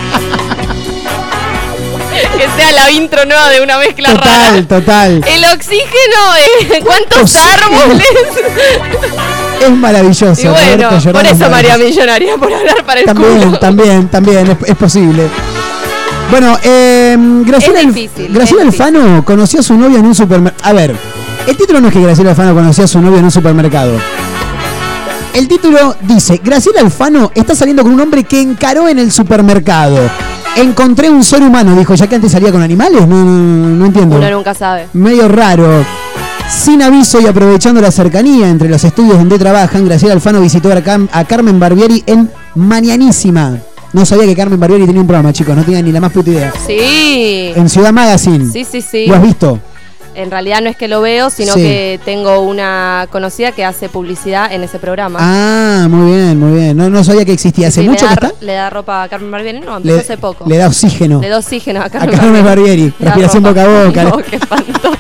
Que sea la intro nueva de una mezcla rara. Total. El oxígeno, ¿cuántos árboles? Es maravilloso. Y bueno, por eso María Millonaria, por hablar para el culo. También, es posible. Bueno, Graciela Alfano conoció a su novio en un supermercado. A ver, el título no es que Graciela Alfano conoció a su novio en un supermercado. El título dice, Graciela Alfano está saliendo con un hombre que encaró en el supermercado. Encontré un ser humano, dijo, ya que antes salía con animales, no entiendo. Uno nunca sabe. Medio raro. Sin aviso y aprovechando la cercanía entre los estudios donde trabajan, Graciela Alfano visitó a Carmen Barbieri en Mañanísima. No sabía que Carmen Barbieri tenía un programa, chicos, no tenía ni la más puta idea. Sí. En Ciudad Magazine. Sí. ¿Lo has visto? En realidad no es que lo veo, sino que tengo una conocida que hace publicidad en ese programa. Ah, muy bien. No sabía que existía. ¿Hace mucho que está? ¿Le da ropa a Carmen Barbieri? No, empezó hace poco. Le da oxígeno. Le da oxígeno a Carmen Barbieri. Respiración boca a boca. No, qué espanto.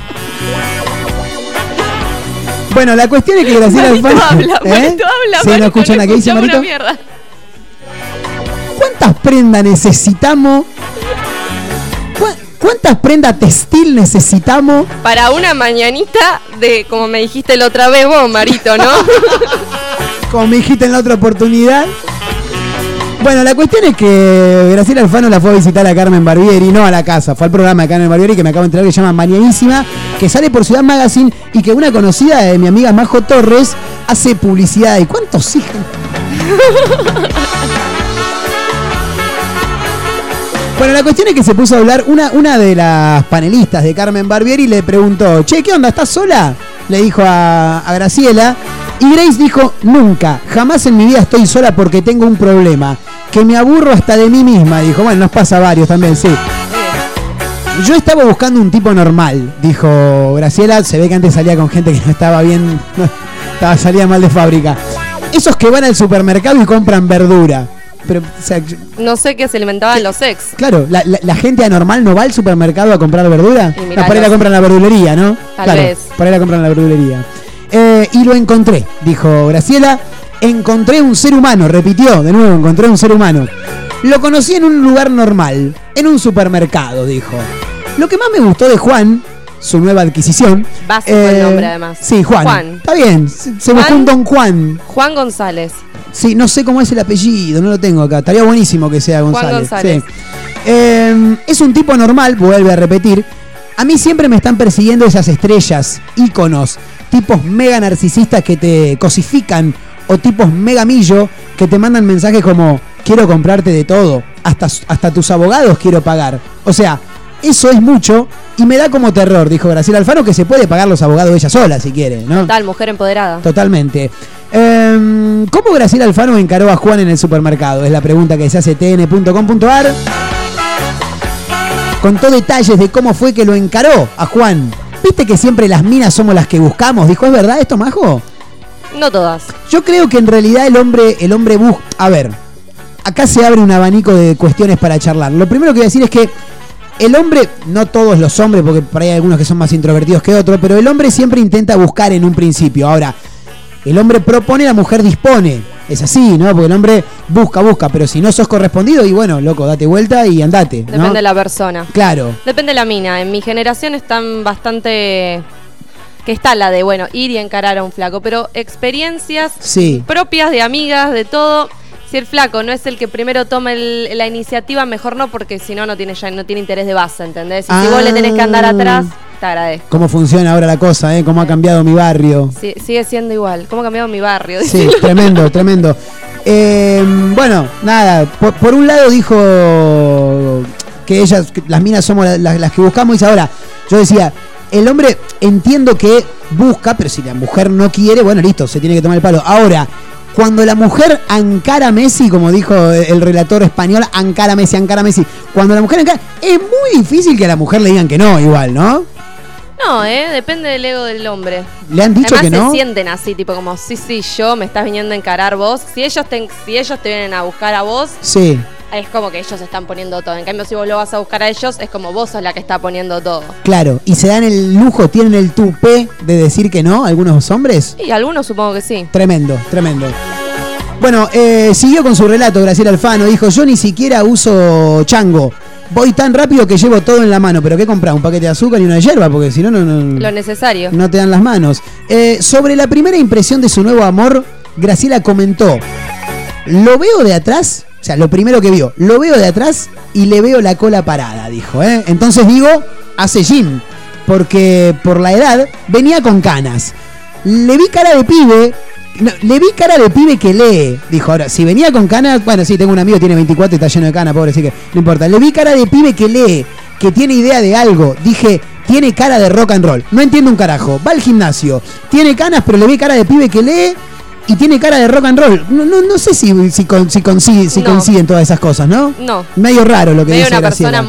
Bueno, la cuestión es que Graciela Alfano... habla. ¿Sí, no escuchan la que dice, Marito? Una mierda. ¿Cuántas prendas necesitamos? ¿Cuántas prendas textil necesitamos? Para una mañanita de, como me dijiste la otra vez vos, Marito, ¿no? Como me dijiste en la otra oportunidad. Bueno, la cuestión es que Graciela Alfano la fue a visitar a Carmen Barbieri, no a la casa, fue al programa de Carmen Barbieri que me acabo de enterar que se llama Mañanísima, que sale por Ciudad Magazine y que una conocida de mi amiga Majo Torres hace publicidad. ¿Y cuánto oxígeno? Bueno, la cuestión es que se puso a hablar una de las panelistas de Carmen Barbieri y le preguntó, che, ¿qué onda? ¿Estás sola? le dijo a Graciela. Y Grace dijo, nunca, jamás en mi vida estoy sola porque tengo un problema. Que me aburro hasta de mí misma. Dijo, bueno, nos pasa a varios también, sí. Yo estaba buscando un tipo normal, dijo Graciela. Se ve que antes salía con gente que no estaba bien, salía mal de fábrica. Esos que van al supermercado y compran verdura. Pero, o sea, no sé qué se alimentaban los ex. Claro, la gente anormal no va al supermercado a comprar verdura. No, por ahí la compran en la verdulería, ¿no? Tal vez. Por ahí la compran en la verdulería. Y lo encontré, dijo Graciela. Encontré un ser humano, repitió de nuevo, encontré un ser humano. Lo conocí en un lugar normal, en un supermercado, dijo. Lo que más me gustó de Juan, su nueva adquisición. Básico el nombre, además. Sí, Juan. Está bien, se buscó un Don Juan. Juan González. Sí, no sé cómo es el apellido, no lo tengo acá. Estaría buenísimo que sea González. Juan González. Sí. Es un tipo normal, vuelve a repetir. A mí siempre me están persiguiendo esas estrellas, íconos, tipos mega narcisistas que te cosifican, o tipos mega millo que te mandan mensajes como quiero comprarte de todo, hasta tus abogados quiero pagar. O sea, eso es mucho y me da como terror, dijo Graciela Alfano, que se puede pagar los abogados ella sola si quiere, ¿no? Total, mujer empoderada. Totalmente. ¿Cómo Graciela Alfano encaró a Juan en el supermercado? Es la pregunta que se hace tn.com.ar. Contó detalles de cómo fue que lo encaró a Juan. ¿Viste que siempre las minas somos las que buscamos? Dijo, ¿es verdad esto, Majo? No todas. Yo creo que en realidad el hombre busca... A ver, acá se abre un abanico de cuestiones para charlar. Lo primero que voy a decir es que el hombre, no todos los hombres, porque por ahí hay algunos que son más introvertidos que otros, pero el hombre siempre intenta buscar en un principio. Ahora, el hombre propone, la mujer dispone. Es así, ¿no? Porque el hombre busca, pero si no sos correspondido, y bueno, loco, date vuelta y andate, ¿no? Depende de la persona. Claro. Depende de la mina. En mi generación están bastante... que está la de, bueno, ir y encarar a un flaco, pero experiencias propias de amigas, de todo. Si el flaco no es el que primero toma la iniciativa, mejor no, porque si no, no tiene interés de base, ¿entendés? Y si vos le tenés que andar atrás, te agradezco. ¿Cómo funciona ahora la cosa, cómo ha cambiado mi barrio? Sí, sigue siendo igual. ¿Cómo ha cambiado mi barrio? Sí, tremendo. Bueno, nada, por un lado dijo que las minas somos las que buscamos, y ahora, yo decía... El hombre entiendo que busca, pero si la mujer no quiere, bueno, listo, se tiene que tomar el palo. Ahora, cuando la mujer encara a Messi, como dijo el relator español, encara a Messi. Cuando la mujer encara, es muy difícil que a la mujer le digan que no, igual, ¿no? No, depende del ego del hombre. ¿Le han dicho además, que no? Se sienten así, tipo como, sí, yo, me estás viniendo a encarar vos. Si ellos te vienen a buscar a vos... Sí. Es como que ellos están poniendo todo. En cambio, si vos lo vas a buscar a ellos, es como vos sos la que está poniendo todo. Claro, y se dan el lujo, tienen el tupé de decir que no, algunos hombres. Y algunos supongo que sí. Tremendo. Bueno, siguió con su relato Graciela Alfano, dijo, yo ni siquiera uso chango. Voy tan rápido que llevo todo en la mano. ¿Pero qué comprás? ¿Un paquete de azúcar y una de yerba? Porque si no, no... Lo necesario. No te dan las manos. Sobre la primera impresión de su nuevo amor, Graciela comentó, lo veo de atrás... O sea, lo primero que vio, lo veo de atrás y le veo la cola parada, dijo, Entonces digo, hace gym, porque por la edad venía con canas. Le vi cara de pibe que lee, dijo. Ahora, si venía con canas, bueno, sí, tengo un amigo que tiene 24 y está lleno de canas, pobre, así que no importa. Le vi cara de pibe que lee, que tiene idea de algo. Dije, tiene cara de rock and roll. No entiendo un carajo. Va al gimnasio, tiene canas, pero le vi cara de pibe que lee. Y tiene cara de rock and roll. No sé si coinciden todas esas cosas, ¿no? No. Medio raro lo que dice Graciela.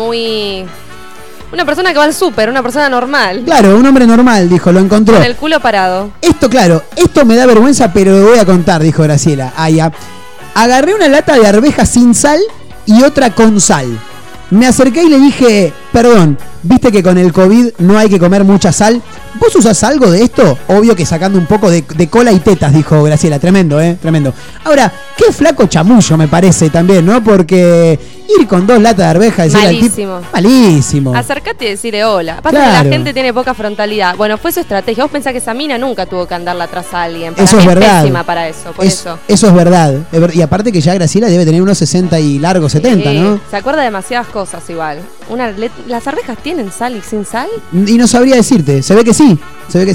Una persona que va al súper, una persona normal. Claro, un hombre normal, dijo, lo encontró. Con el culo parado. Esto me da vergüenza, pero lo voy a contar, dijo Graciela. Agarré una lata de arvejas sin sal y otra con sal. Me acerqué y le dije, perdón, ¿viste que con el COVID no hay que comer mucha sal? ¿Vos usás algo de esto? Obvio que sacando un poco de cola y tetas, dijo Graciela. Tremendo, tremendo. Ahora, qué flaco chamullo me parece también, ¿no? Porque ir con 2 latas de arveja y decirle al tipo... Malísimo. Acercate y decirle hola. Pasa que la gente tiene poca frontalidad. Bueno, fue su estrategia. Vos pensás que esa mina nunca tuvo que andarla atrás a alguien. Para eso mí es verdad. Es pésima para eso, por eso. Eso es verdad. Y aparte que ya Graciela debe tener unos 60 y largos 70, ¿no? Se acuerda de demasiadas cosas igual. ¿Las arvejas tienen sal y sin sal? Y no sabría decirte. Se ve que sí.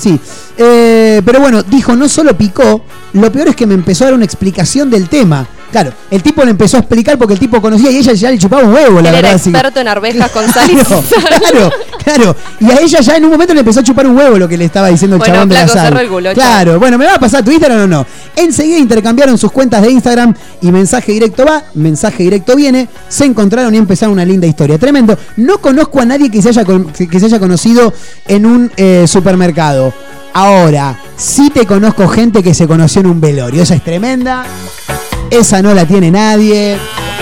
Pero bueno, dijo, no solo picó, lo peor es que me empezó a dar una explicación del tema. Claro, el tipo le empezó a explicar porque el tipo conocía y ella ya le chupaba un huevo, la verdad. Era experto en arvejas con sal y sal. Claro. Y a ella ya en un momento le empezó a chupar un huevo lo que le estaba diciendo el chabón de la sal. Cerró el culo, claro, bueno, ¿me va a pasar tu Instagram o no? Enseguida intercambiaron sus cuentas de Instagram y mensaje directo va, mensaje directo viene, se encontraron y empezaron una linda historia. Tremendo. No conozco a nadie que se haya conocido en un supermercado. Ahora, sí te conozco gente que se conoció en un velorio. Esa es tremenda. Esa no la tiene nadie.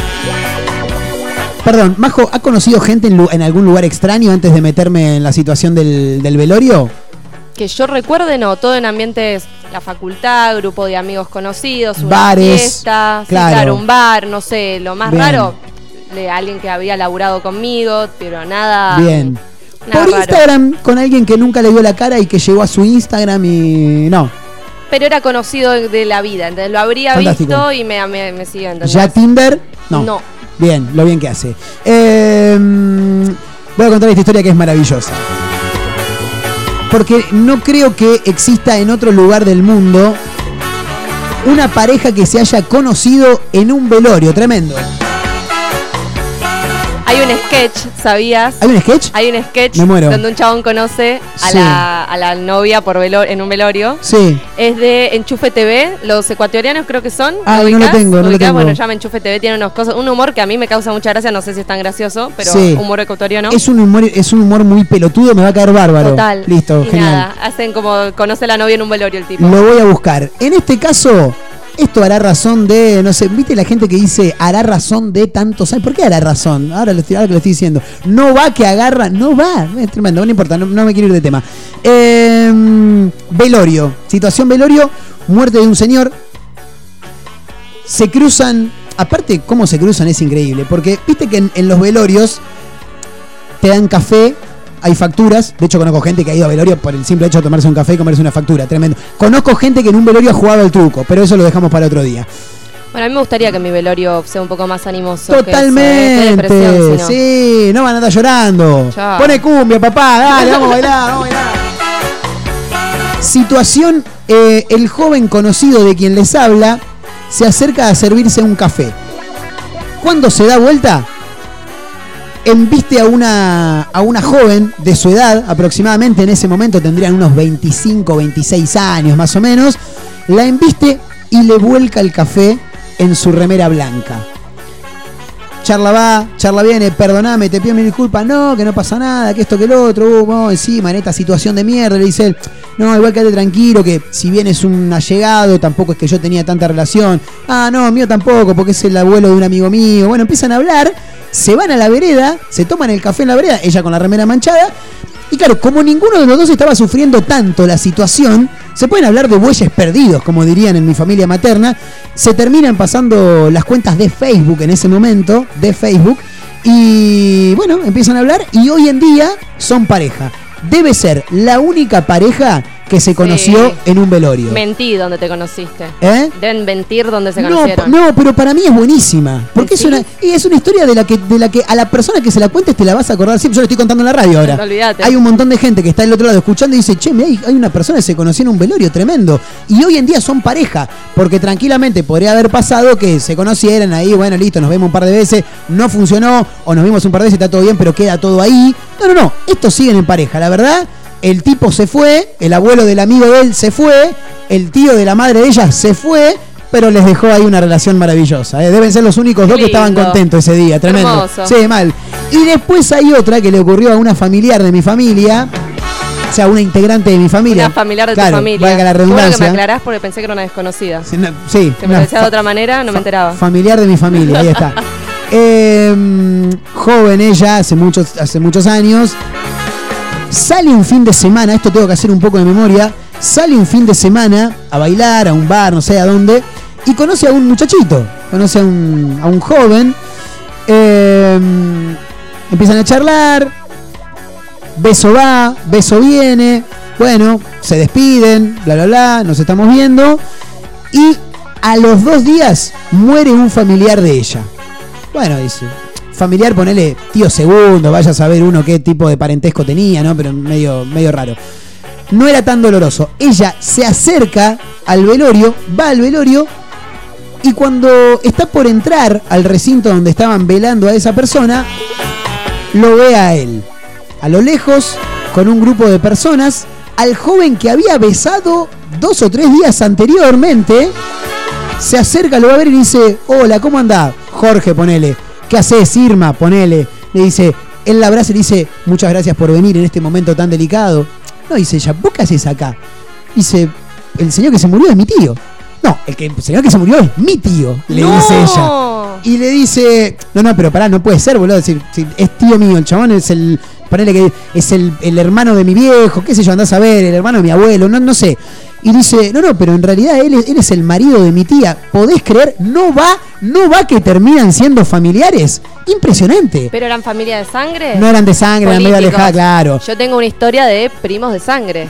Perdón, Majo, ¿ha conocido gente en algún lugar extraño antes de meterme en la situación del velorio? Que yo recuerde, no, todo en ambientes, la facultad, grupo de amigos conocidos, una bares, fiesta, claro. Sí, claro, un bar, no sé, lo más Bien. raro, de alguien que había laburado conmigo, pero nada. Bien. Nada Por raro. Instagram, con alguien que nunca le vio la cara y que llegó a su Instagram y no. Pero era conocido de la vida, entonces lo habría Fantástico. visto y me siguió. ¿Entendés? ¿Ya Tinder? No. No. Bien, lo bien que hace. Voy a contar esta historia que es maravillosa. Porque no creo que exista en otro lugar del mundo una pareja que se haya conocido en un velorio. Tremendo. Hay un sketch, ¿sabías? ¿Hay un sketch? Hay un sketch Me muero. donde un chabón conoce a, Sí. a la novia en un velorio. Sí. Es de Enchufe TV, los ecuatorianos creo que son. Ay, no lo tengo, no lo tengo. Bueno, llama Enchufe TV, tiene unas cosas, un humor que a mí me causa mucha gracia, no sé si es tan gracioso, pero Sí. humor ecuatoriano. Es un humor muy pelotudo, me va a caer bárbaro. Total. Listo, Y genial. nada, hacen como conoce a la novia en un velorio el tipo. Lo voy a buscar. En este caso, esto hará razón de, no sé, ¿viste la gente que dice hará razón de tantos años? ¿Por qué hará razón? Ahora que lo estoy diciendo. No va que agarra, no va. Es tremendo, no importa, no me quiero ir de tema. Velorio. Situación velorio, muerte de un señor. Se cruzan, aparte cómo se cruzan es increíble, porque viste que en los velorios te dan café. Hay facturas, de hecho conozco gente que ha ido a velorio por el simple hecho de tomarse un café y comerse una factura, tremendo. Conozco gente que en un velorio ha jugado al truco, pero eso lo dejamos para otro día. Bueno, a mí me gustaría que mi velorio sea un poco más animoso. Totalmente, que eso, qué depresión, si no. sí, no van a andar llorando. Chao. Pone cumbia, papá, dale, vamos a bailar, vamos a bailar. Situación, el joven conocido de quien les habla se acerca a servirse un café. Cuando se da vuelta, embiste a una joven de su edad, aproximadamente en ese momento tendrían unos 25, 26 años más o menos, la embiste y le vuelca el café en su remera blanca. Charla va, charla viene, perdoname, te pido mil disculpas, no, que no pasa nada, que esto, que lo otro, encima en esta situación de mierda, le dice él, no, igual quédate tranquilo, que si bien es un allegado, tampoco es que yo tenía tanta relación, no, mío tampoco, porque es el abuelo de un amigo mío, bueno, empiezan a hablar, se van a la vereda, se toman el café en la vereda, ella con la remera manchada, y claro, como ninguno de los dos estaba sufriendo tanto la situación, se pueden hablar de bueyes perdidos, como dirían en mi familia materna, se terminan pasando las cuentas de Facebook en ese momento, de Facebook, y bueno, empiezan a hablar y hoy en día son pareja. Debe ser la única pareja que se conoció en un velorio. Mentí donde te conociste. Deben mentir donde se No, conocieron. no, pero para mí es buenísima. Porque es una historia de la que a la persona que se la cuentes te la vas a acordar siempre. Yo lo estoy contando en la radio ahora. Olvídate. Hay un montón de gente que está del otro lado escuchando y dice, che, hay una persona que se conoció en un velorio tremendo. Y hoy en día son pareja. Porque tranquilamente podría haber pasado que se conocieran ahí, bueno, listo, nos vemos un par de veces, no funcionó, o nos vimos un par de veces, está todo bien, pero queda todo ahí. No. Estos siguen en pareja, la verdad. El tipo se fue, el abuelo del amigo de él se fue, el tío de la madre de ella se fue, pero les dejó ahí una relación maravillosa. Deben ser los únicos dos que estaban contentos ese día, tremendo. Hermoso. Sí, mal. Y después hay otra que le ocurrió a una familiar de mi familia, o sea, una integrante de mi familia. Una familiar de claro, tu familia. valga la Qué bueno redundancia. que me aclarás porque pensé que era una desconocida. Sí, Se me decía de otra manera, no me enteraba. Familiar de mi familia, ahí está. Joven ella, hace muchos años. Sale un fin de semana, esto tengo que hacer un poco de memoria, sale un fin de semana a bailar, a un bar, no sé a dónde, y conoce a un muchachito, conoce a un joven, empiezan a charlar, beso va, beso viene, bueno, se despiden, bla, bla, bla, nos estamos viendo, y a los 2 días muere un familiar de ella. Bueno, dice... Familiar, ponele tío segundo, vaya a saber uno qué tipo de parentesco tenía, ¿no? Pero medio raro. No era tan doloroso. Ella se acerca al velorio, va al velorio Y cuando está por entrar al recinto donde estaban velando a esa persona, lo ve a él, a lo lejos, con un grupo de personas, al joven que había besado 2 o 3 días anteriormente. Se acerca, lo va a ver y dice: hola, ¿cómo andás? Jorge, ponele. ¿Qué haces, Irma? Ponele. Le dice, él la abraza y le dice: muchas gracias por venir en este momento tan delicado. No, dice ella, ¿vos qué haces acá? Dice, el señor que se murió es mi tío. No, el señor que se murió es mi tío, le dice ella. Y le dice, no, pero pará, no puede ser, boludo. Es tío mío, el chabón es el... Ponele que es el hermano de mi viejo, qué sé yo, andás a ver, el hermano de mi abuelo, no sé. Y dice, no, pero en realidad él es el marido de mi tía. ¿Podés creer? No va que terminan siendo familiares. Impresionante. ¿Pero eran familia de sangre? No eran de sangre, eran medio alejadas, claro. Yo tengo una historia de primos de sangre.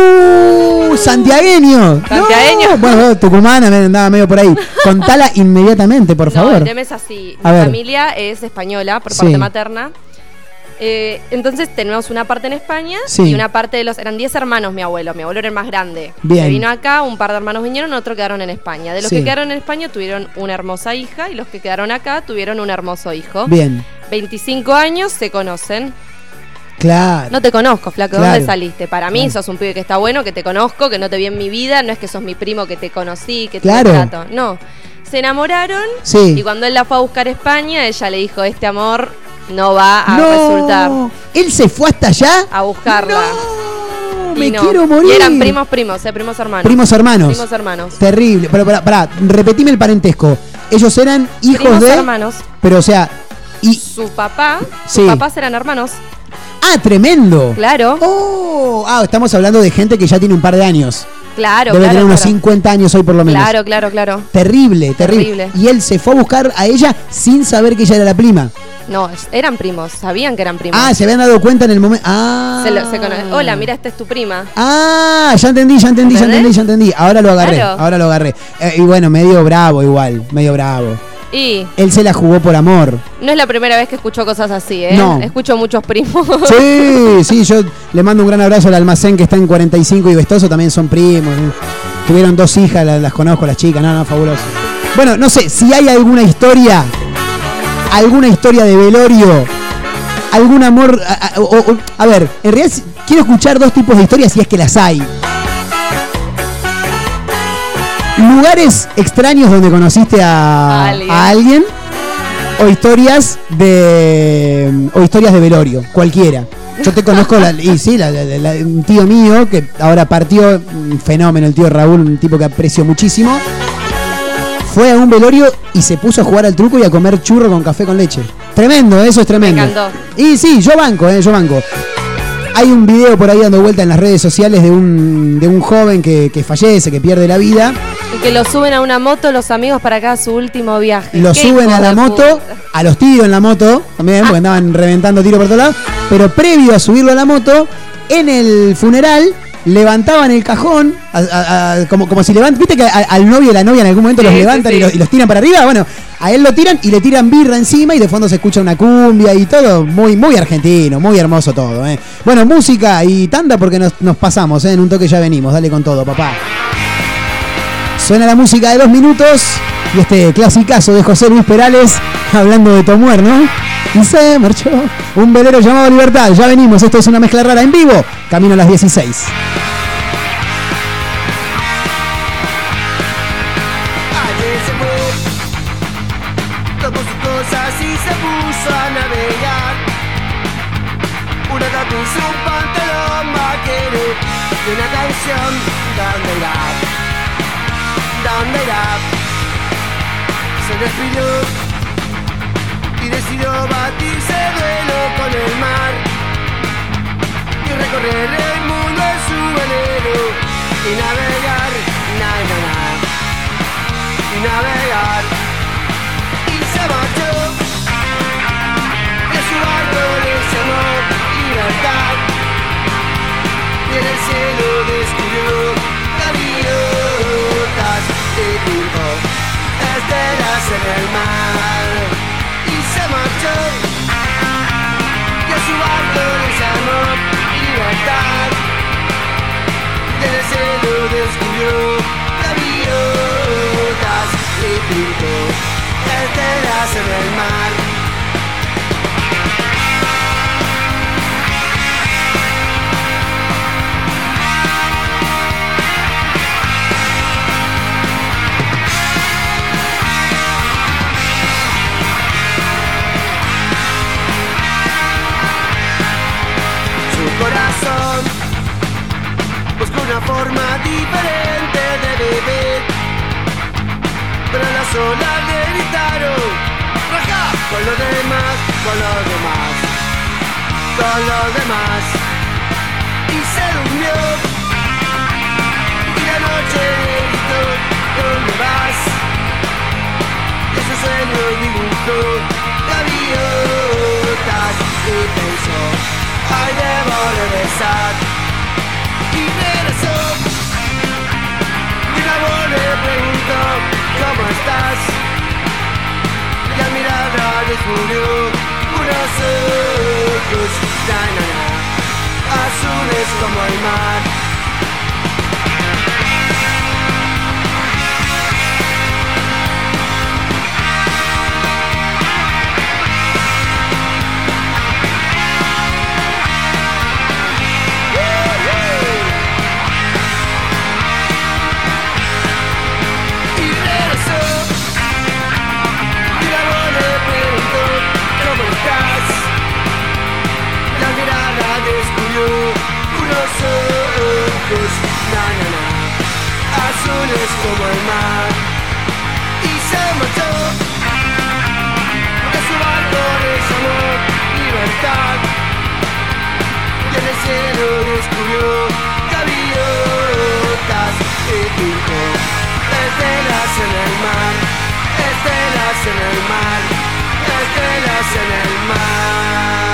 ¡Santiagueño! ¡Santiagueño! No. Bueno, tucumana, andaba medio por ahí. Contala inmediatamente, por favor. No, el tema es así. Mi familia es española por parte materna. Entonces tenemos una parte en España y una parte de eran 10 hermanos mi abuelo era el más grande. Bien. Se vino acá, un par de hermanos vinieron, otros quedaron en España. De los que quedaron en España tuvieron una hermosa hija y los que quedaron acá tuvieron un hermoso hijo. Bien. 25 años se conocen. Claro. No te conozco, flaco, ¿de dónde saliste? Para mí sos un pibe que está bueno, que te conozco, que no te vi en mi vida, no es que sos mi primo que te conocí, que te trato. No. Se enamoraron y cuando él la fue a buscar a España, ella le dijo, este amor no va a resultar. ¿Él se fue hasta allá? A buscarla. No, me quiero morir. Y eran primos hermanos. Primos hermanos. Primos hermanos. Terrible. Pero pará, repetime el parentesco. Ellos eran hijos primos de... hermanos. Pero o sea... Y... Sus papás eran hermanos. ¡Ah, tremendo! Claro. Estamos hablando de gente que ya tiene un par de años. Claro, Debe tener unos 50 años hoy por lo menos. Claro. Terrible. Y él se fue a buscar a ella sin saber que ella era la prima. No, eran primos, sabían que eran primos. Se habían dado cuenta en el momento. Hola, mira, esta es tu prima. Ya entendí. Ahora lo agarré. Y bueno, medio bravo igual, medio bravo. Y él se la jugó por amor. No es la primera vez que escucho cosas así, No. Escucho muchos primos. Sí, yo le mando un gran abrazo al almacén que está en 45 y Vestoso, también son primos. Tuvieron 2 hijas, las conozco, las chicas, no, fabuloso. Bueno, no sé, si hay alguna historia de velorio, algún amor, a ver, en realidad quiero escuchar 2 tipos de historias si es que las hay. Lugares extraños donde conociste a alguien o historias de velorio, cualquiera. Yo te conozco un tío mío que ahora partió, un fenómeno, el tío Raúl, un tipo que aprecio muchísimo. Fue a un velorio y se puso a jugar al truco y a comer churro con café con leche. Tremendo, eso es tremendo. Me encantó. Y sí, yo banco. Hay un video por ahí dando vuelta en las redes sociales de un joven que fallece, que pierde la vida. Y que lo suben a una moto los amigos para acá a su último viaje. Lo suben a la moto, a los tiros en la moto, también, porque andaban reventando tiros por todos lados. Pero previo a subirlo a la moto, en el funeral levantaban el cajón, como si levantan, viste que al novio y la novia en algún momento los levantan y los tiran para arriba. Bueno, a él lo tiran y le tiran birra encima y de fondo se escucha una cumbia y todo muy, muy argentino, muy hermoso todo. Bueno, música y tanda porque nos pasamos, en un toque ya venimos, dale con todo, papá. Suena la música de 2 minutos y este clasicazo de José Luis Perales hablando de Tomuer, ¿no? Y se marchó un velero llamado Libertad. Ya venimos, esto es Una Mezcla Rara en vivo, camino a las 16. Ayer se fue, tomó sus cosas y se puso a navegar. Una camisa, un pantalón vaquero y una canción. ¿Dónde irá? ¿Dónde irá? Se despidió y decidió batirse duelo con el mar y recorrer el mundo en su velero y navegar, y navegar. Y se marchó, de su barco le llamó Libertad y en el cielo descubrió gaviotas y pintó estelas en el mar. Y se marchó, y a su barco le llamó Libertad y en el cielo descubrió gaviotas y pintó el mar. Corazón busca una forma diferente de vivir, pero las olas le gritaron: ¡raja! Con los demás, con los demás, con los demás. Y se durmió y la noche gritó: ¿dónde vas? Y ese sueño dibujó gaviotas y pensó: ay, debo regresar. Y regresó. Y la voz le preguntó: ¿cómo estás? Y la mirada descubrió unos ojos, azules como el mar. Azules como el mar. Y se marchó. De su barco resonó libertad. Y en el cielo descubrió gaviotas y dijo: estelas en el mar, estelas en el mar, estelas en el mar.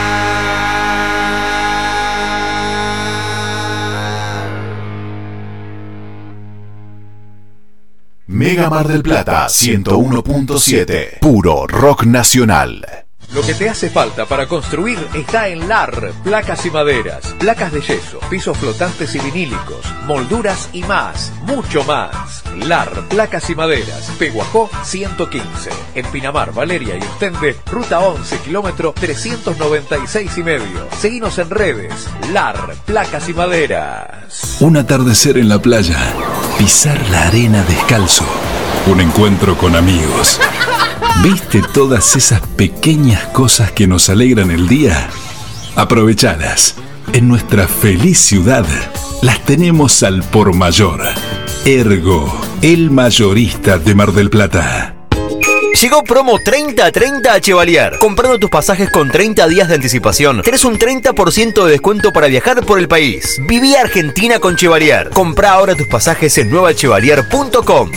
Mega Mar del Plata 101.7, puro rock nacional. Lo que te hace falta para construir está en LAR Placas y Maderas. Placas de yeso, pisos flotantes y vinílicos, molduras y más, mucho más. LAR Placas y Maderas, Peguajó 115. En Pinamar, Valeria y Ostende, ruta 11, kilómetro 396,5. Seguinos en redes. LAR Placas y Maderas. Un atardecer en la playa, pisar la arena descalzo, un encuentro con amigos. ¿Viste todas esas pequeñas cosas que nos alegran el día? Aprovechalas. En nuestra feliz ciudad las tenemos al por mayor. Ergo, el mayorista de Mar del Plata. Llegó promo 30-30 a Chevalier. Comprando tus pasajes con 30 días de anticipación, tenés un 30% de descuento para viajar por el país. Viví Argentina con Chevalier. Comprá ahora tus pasajes en nuevachevalier.com.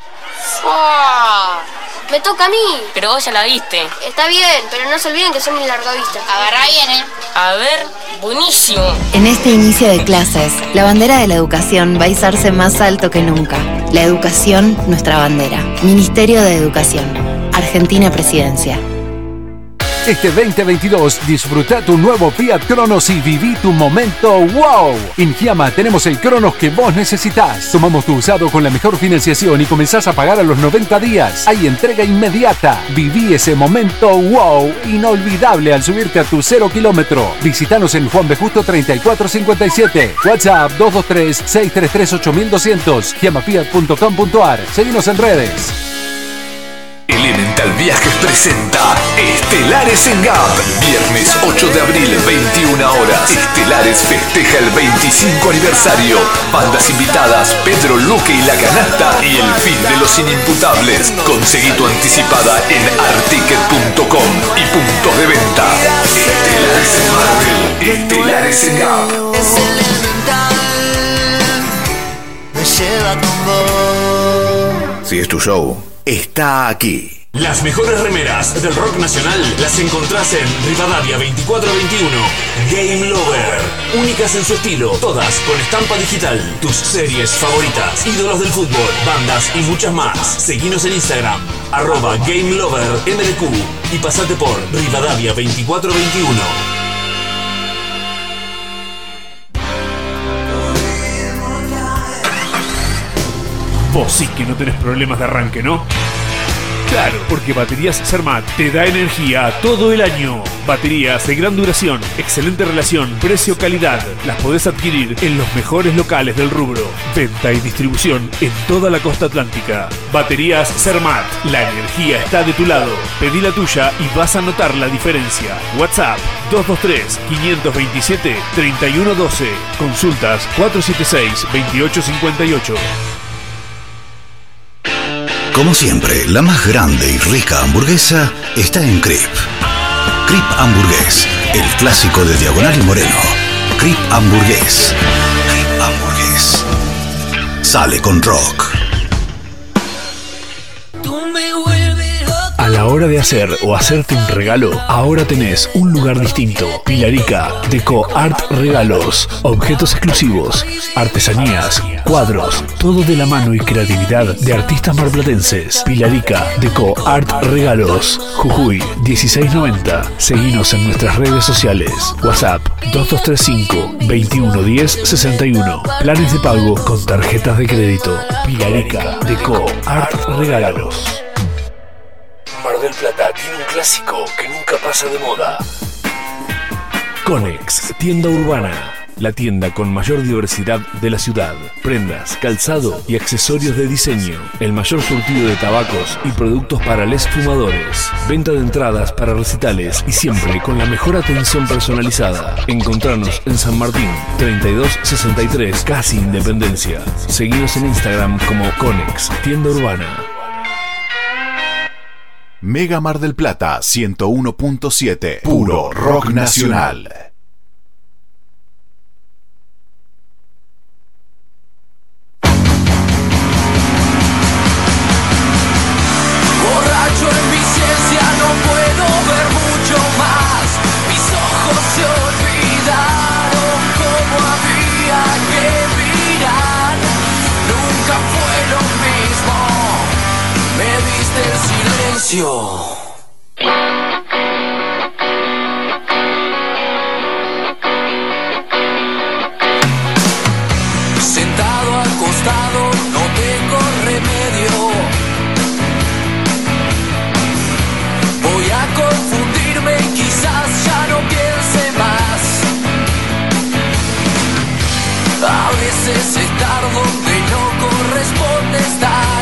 Me toca a mí. Pero vos ya la viste. Está bien, pero no se olviden que son mis largavistas. Agarrá bien, A ver, buenísimo. En este inicio de clases, la bandera de la educación va a izarse más alto que nunca. La educación, nuestra bandera. Ministerio de Educación. Argentina Presidencia. Este 2022 disfruta tu nuevo Fiat Cronos y viví tu momento wow. En Giamma tenemos el Cronos que vos necesitas. Tomamos tu usado con la mejor financiación y comenzás a pagar a los 90 días. Hay entrega inmediata. Viví ese momento wow inolvidable al subirte a tu 0 kilómetro. Visítanos en Juan B. Justo 3457. WhatsApp 223-633-8200. giammafiat.com.ar. Seguinos en redes. Elemental Viajes presenta Estelares en GAP. Viernes 8 de abril, 21 horas. Estelares festeja el 25 aniversario. Bandas invitadas, Pedro Luque y La Canasta y el fin de los inimputables. Conseguí tu anticipada en articket.com y puntos de venta. Estelares en Marvel, Estelares en GAP. Es elemental, me lleva con vos. Si es tu show, está aquí. Las mejores remeras del rock nacional las encontrás en Rivadavia 2421. Game Lover. Únicas en su estilo, todas con estampa digital. Tus series favoritas, ídolos del fútbol, bandas y muchas más. Seguinos en Instagram, @GameLoverMDQ y pasate por Rivadavia 2421. Vos sí que no tenés problemas de arranque, ¿no? Claro, porque Baterías Zermatt te da energía todo el año. Baterías de gran duración, excelente relación, precio-calidad. Las podés adquirir en los mejores locales del rubro. Venta y distribución en toda la costa atlántica. Baterías Zermatt, la energía está de tu lado. Pedí la tuya y vas a notar la diferencia. WhatsApp 223-527-3112. Consultas 476-2858. Como siempre, la más grande y rica hamburguesa está en Crip. Crip Hamburgués, el clásico de Diagonal y Moreno. Crip Hamburgués. Crip Hamburgués. Sale con rock. A la hora de hacer o hacerte un regalo, ahora tenés un lugar distinto. Pilarica Deco Art Regalos. Objetos exclusivos, artesanías, cuadros, todo de la mano y creatividad de artistas marplatenses. Pilarica Deco Art Regalos. Jujuy 1690. Seguinos en nuestras redes sociales. WhatsApp 2235-2110-61. Planes de pago con tarjetas de crédito. Pilarica Deco Art Regalos. Mar del Plata tiene un clásico que nunca pasa de moda. Conex, tienda urbana. La tienda con mayor diversidad de la ciudad. Prendas, calzado y accesorios de diseño. El mayor surtido de tabacos y productos para les fumadores. Venta de entradas para recitales y siempre con la mejor atención personalizada. Encontranos en San Martín, 3263, casi Independencia. Seguinos en Instagram como Conex, tienda urbana. Mega Mar del Plata 101.7, puro rock nacional. Borracho en mi ciencia no puedo ver mucho más. Mis ojos se olvidaron cómo había que mirar. Nunca fue lo mismo. Me diste el silencio. Sentado al costado, no tengo remedio. Voy a confundirme y quizás ya no piense más. A veces estar donde no corresponde estar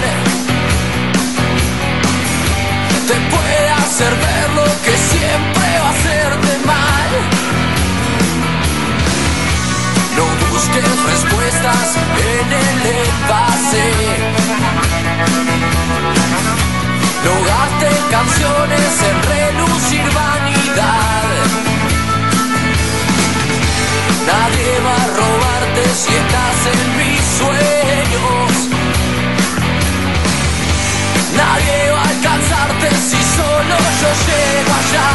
te puede hacer ver lo que siempre va a hacerte mal. No busques respuestas en el envase. No gastes canciones en relucir vanidad. Nadie va a robarte si estás en mis sueños. Nadie va a alcanzarte si solo yo llego allá.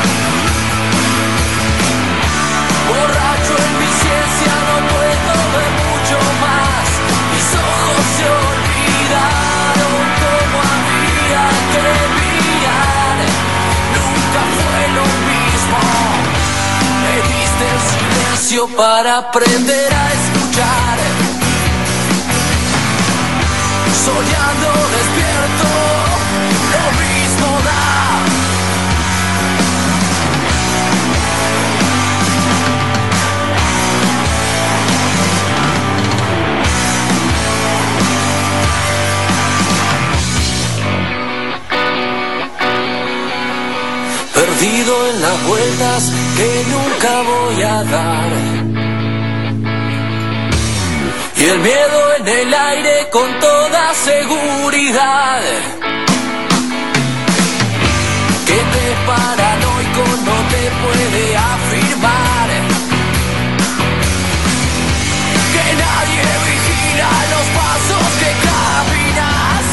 Borracho en mi ciencia no puedo ver mucho más. Mis ojos se olvidaron cómo había que mirar. Nunca fue lo mismo. Me diste el silencio para aprender a escuchar. Soñando despierto, lo mismo da. Perdido en las vueltas que nunca voy a dar. Y el miedo en el aire con toda seguridad. Que te paranoico no te puede afirmar. Que nadie vigila los pasos que caminas.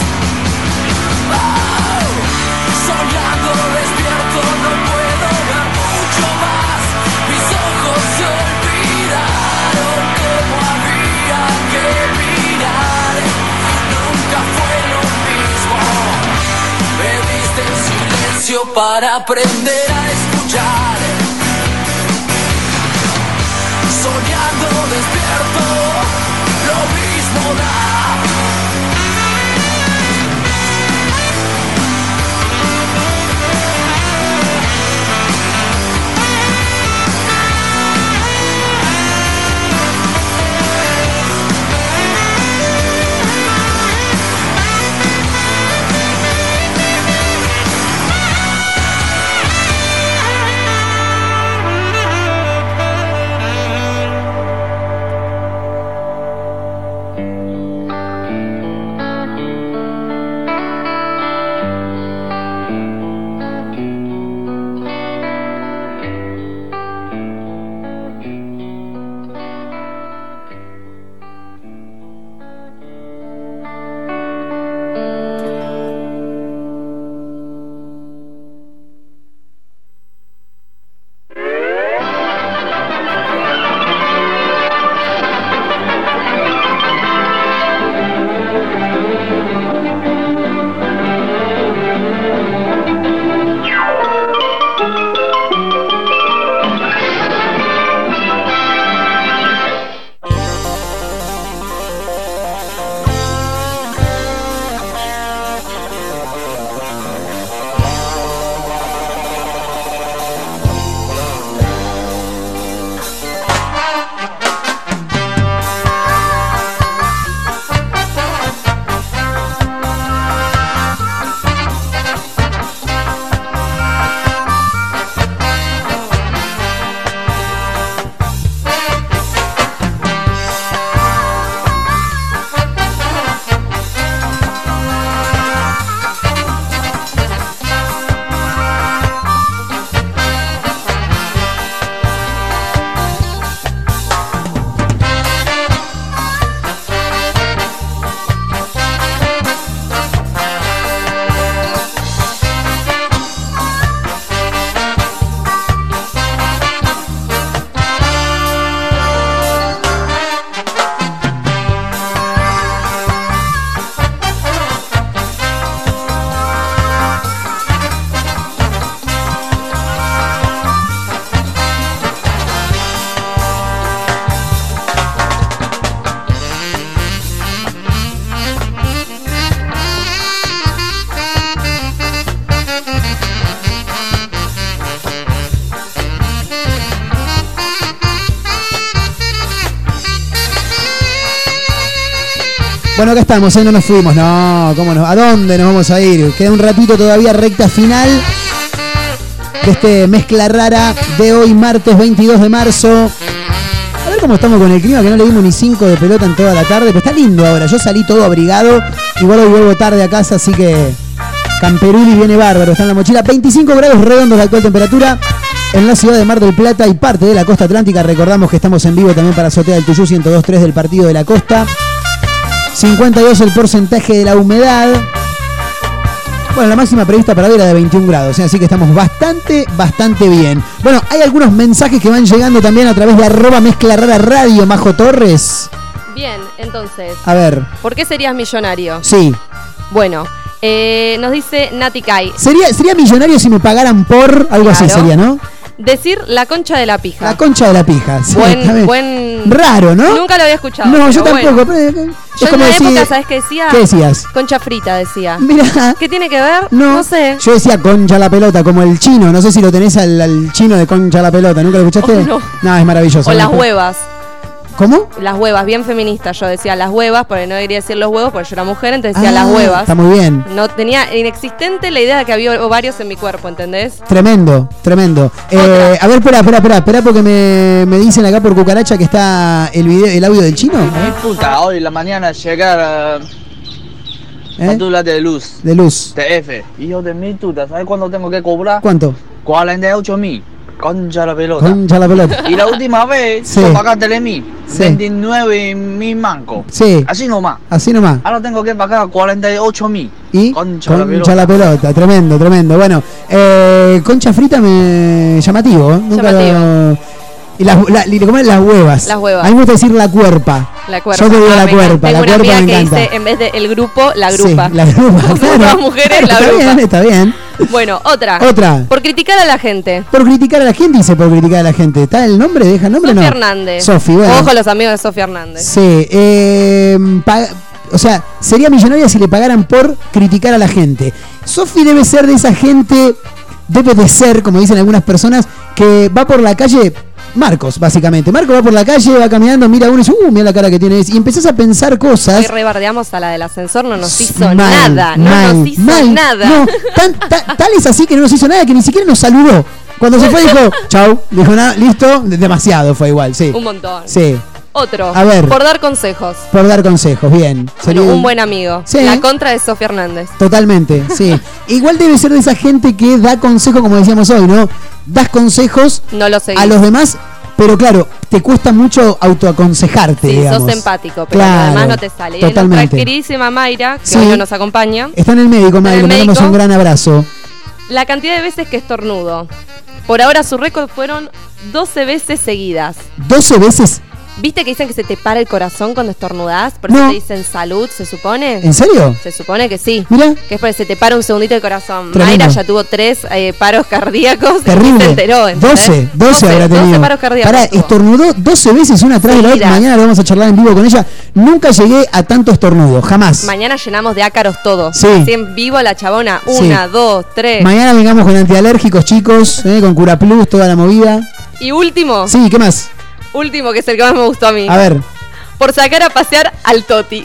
Oh, soñando despierto no puedo ver mucho más. Mis ojos se olvidaron cómo había que mirar. Nunca fue lo mismo. Me diste el silencio para aprender a escuchar. Soñando despierto, lo mismo da. Bueno, acá estamos, no nos fuimos. No, ¿cómo no? ¿A dónde nos vamos a ir? Queda un ratito todavía, recta final de este mezcla rara de hoy, martes 22 de marzo. A ver cómo estamos con el clima, que no le dimos ni 5 de pelota en toda la tarde. Pero está lindo ahora. Yo salí todo abrigado. Igual hoy vuelvo tarde a casa, así que Camperuli viene bárbaro. Está en la mochila. 25 grados redondos la actual temperatura en la ciudad de Mar del Plata y parte de la costa atlántica. Recordamos que estamos en vivo también para Azotea del Tuyú 102.3 del Partido de la Costa. 52 el porcentaje de la humedad. Bueno, la máxima prevista para hoy era de 21 grados, así que estamos bastante bien. Bueno, hay algunos mensajes que van llegando también a través de @mezclarara_radio, Majo Torres. Bien, entonces. A ver. ¿Por qué serías millonario? Sí. Bueno, nos dice Nati Kai. Sería millonario si me pagaran por algo así, sería, ¿no? Decir la concha de la pija. La concha de la pija. Sí, buen. Raro, ¿no? Nunca lo había escuchado. No, yo tampoco. Bueno. Yo en una época, ¿sabes qué decía? ¿Qué decías? Concha frita decía. Mirá. ¿Qué tiene que ver? No sé. Yo decía concha la pelota, como el chino. No sé si lo tenés al chino de concha la pelota. ¿Nunca lo escuchaste? No. No, es maravilloso. O las huevas. ¿Cómo? Las huevas, bien feminista. Yo decía las huevas, porque no quería decir los huevos, porque yo era mujer, entonces decía las huevas. Está muy bien. No tenía inexistente la idea de que había ovarios en mi cuerpo, ¿entendés? Tremendo. A ver, espera, porque me dicen acá por cucaracha que está el audio del chino. Puta, hoy en la mañana llegar factura de luz. De luz. TF. Hijo de mi puta, ¿sabes cuándo tengo que cobrar? ¿Cuánto? 48.000. Concha la pelota. Y la última vez, yo pagaste de mí, 29.000 mancos. Sí. Así nomás. Ahora tengo que pagar 48.000. ¿Y? Concha la pelota. Tremendo. Bueno, concha frita llamativo. Nunca lo... Y ¿cómo es? Las huevas. Las huevas. A mí me gusta decir la cuerpa. La cuerpa. Yo te digo la cuerpa. Tengo la una cuerpa amiga me que encanta. dice, en vez de el grupo, la grupa. Sí, la grupa. Claro. Todas mujeres, la grupa. Está bien. Bueno, otra. Por criticar a la gente. Por criticar a la gente, dice por criticar a la gente. ¿Está el nombre? ¿Deja el nombre? Sofía no. Hernández. Sofi, bueno. Ojo los amigos de Sofía Hernández. Sí. O sea, sería millonaria si le pagaran por criticar a la gente. Sofi debe ser de esa gente, debe de ser, como dicen algunas personas, que va por la calle... Marcos, básicamente. Marcos va por la calle, va caminando, mira a uno y dice, mira la cara que tiene. Y empezás a pensar cosas. Hoy rebardeamos a la del ascensor, no nos hizo nada. No nos hizo nada. No, tal es así que no nos hizo nada, que ni siquiera nos saludó. Cuando se fue dijo, chau, dijo nada, listo, demasiado fue igual, sí. Un montón. Sí. Otro, a ver, por dar consejos. Por dar consejos, bien. Bueno, un buen amigo. Sí. La contra de Sofía Hernández. Totalmente, sí. Igual debe ser de esa gente que da consejos, como decíamos hoy, ¿no? Das consejos no lo seguís. A los demás, pero claro, te cuesta mucho autoaconsejarte, sí, digamos. Sos empático, pero claro, además no te sale. Totalmente. Y nuestra queridísima Mayra, que hoy no nos acompaña. Está en el médico, Mayra, le mandamos un gran abrazo. La cantidad de veces que estornudo. Por ahora su récord fueron 12 veces seguidas. ¿12 veces? ¿Viste que dicen que se te para el corazón cuando estornudás? Por eso te dicen salud, ¿se supone? ¿En serio? Se supone que sí. Mira. Que es porque se te para un segundito el corazón. Tremendo. Mayra ya tuvo 3 paros cardíacos. Terrible. Y se enteró, ¿entendés? 12 habrá tenido. 12 paros cardíacos. Pará, estornudó 12 veces una tras de la otra. Mañana lo vamos a charlar en vivo con ella. Nunca llegué a tanto estornudo, jamás. Mañana llenamos de ácaros todo. Sí. Así en vivo la chabona. 1, 2, 3. Mañana vengamos con antialérgicos, chicos, con Cura Plus, toda la movida. Y último. Sí, ¿qué más? Último, que es el que más me gustó a mí. A ver. Por sacar a pasear al Toti.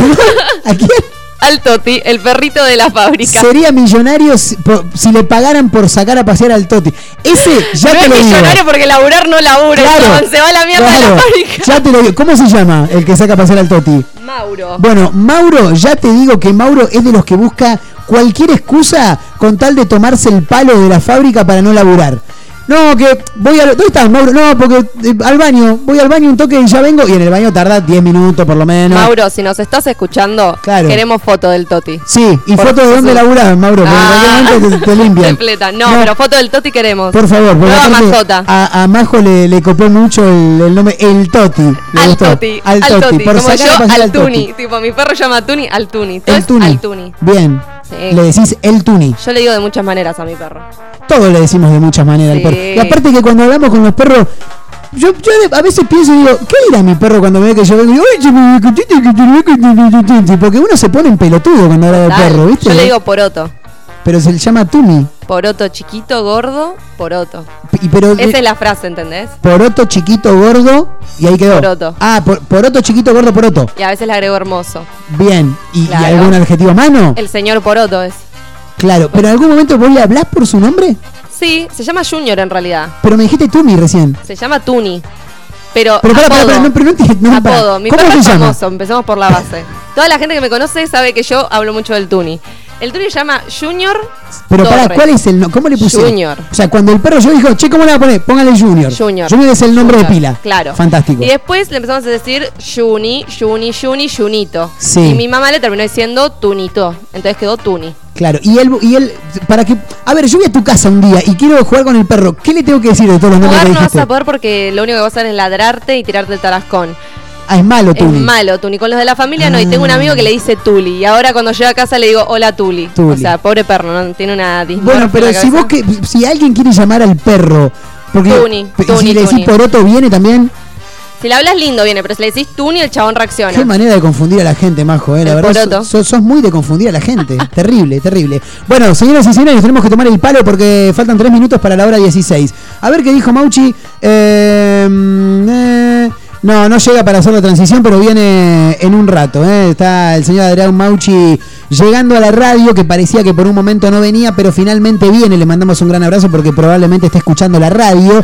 ¿A quién? Al Toti, el perrito de la fábrica. Sería millonario si le pagaran por sacar a pasear al Toti. Ese ya no te lo digo. No es millonario porque laburar no labura. Claro, se va a la mierda de la fábrica. Ya te lo digo. ¿Cómo se llama el que saca a pasear al Toti? Mauro. Bueno, Mauro, ya te digo que Mauro es de los que busca cualquier excusa con tal de tomarse el palo de la fábrica para no laburar. No, que voy a... ¿Dónde estás, Mauro? No, porque al baño. Voy al baño un toque y ya vengo. Y en el baño tarda 10 minutos por lo menos. Mauro, si nos estás escuchando, queremos foto del Toti. Sí, y foto de dónde laburás, Mauro. Porque en cualquier momento te limpian. Completa. No, pero foto del Toti queremos. Por favor. Nueva mascota. A Majo le copió mucho el nombre. El Toti. Al Toti. Al Toti. Por como yo, al Tuni. Tipo, mi perro llama Tuni, al Tuni. El Tuni. Al Tuni. Bien. Sí. Le decís el Tuni. Yo le digo de muchas maneras a mi perro. Todos le decimos de muchas maneras al perro. Y aparte que cuando hablamos con los perros, yo a veces pienso y digo, ¿qué dirá mi perro cuando me ve que yo vengo? Y porque uno se pone en pelotudo cuando habla del perro, ¿viste? Yo le digo poroto. Pero se le llama Tumi. Poroto chiquito, gordo, poroto. Pero, esa es la frase, ¿entendés? Poroto chiquito, gordo, y ahí quedó. Poroto. Ah, poroto chiquito, gordo, poroto. Y a veces le agrego hermoso. Bien. ¿Y Claro. algún adjetivo a mano? El señor Poroto es. Claro, pero en algún momento vos le hablás por su nombre. Sí, se llama Junior en realidad. Pero me dijiste Tumi recién. Se llama Tuni. Pero para, no, pero no entiendo. No, apodo. Mi ¿Cómo perro se es llama? famoso, empecemos por la base. Toda la gente que me conoce sabe que yo hablo mucho del Tuni. El Tuni se llama Junior. Pero Torres. ¿cuál es el ¿cómo le pusieron? Junior. O sea, cuando el perro yo dijo, che, ¿cómo le va a poner? Póngale Junior. Junior. Junior es el nombre Junior, de pila. Claro. Fantástico. Y después le empezamos a decir Juni, Junito. Sí. Y mi mamá le terminó diciendo Tunito. Entonces quedó Tuni. Claro, y él, para que... A ver, yo voy a tu casa un día y quiero jugar con el perro. ¿Qué le tengo que decir de todos los nombres Jugar que no vas dijiste? a poder porque lo único que vas a hacer es ladrarte y tirarte el tarascón. Ah, es malo, Tuli. Es malo, Tuni. Con los de la familia no. Y tengo un amigo que le dice Tuli. Y ahora cuando llego a casa le digo, hola, Tuli. O sea, pobre perro, ¿no? Tiene una dismorfia. Bueno, pero si alguien quiere llamar al perro... Porque Tuni, si le decís Tuni. poroto, ¿viene también? Si le hablas lindo viene, pero si le decís Tuni, el chabón reacciona. Qué manera de confundir a la gente, Majo, la verdad. poroto. Sos muy de confundir a la gente. Terrible, terrible. Bueno, señoras y señores, tenemos que tomar el palo porque faltan 3 minutos para la hora 16. A ver qué dijo Mauchi. No llega para hacer la transición, pero viene en un rato. Está el señor Adrián Mauchi llegando a la radio, que parecía que por un momento no venía, pero finalmente viene. Le mandamos un gran abrazo porque probablemente esté escuchando la radio.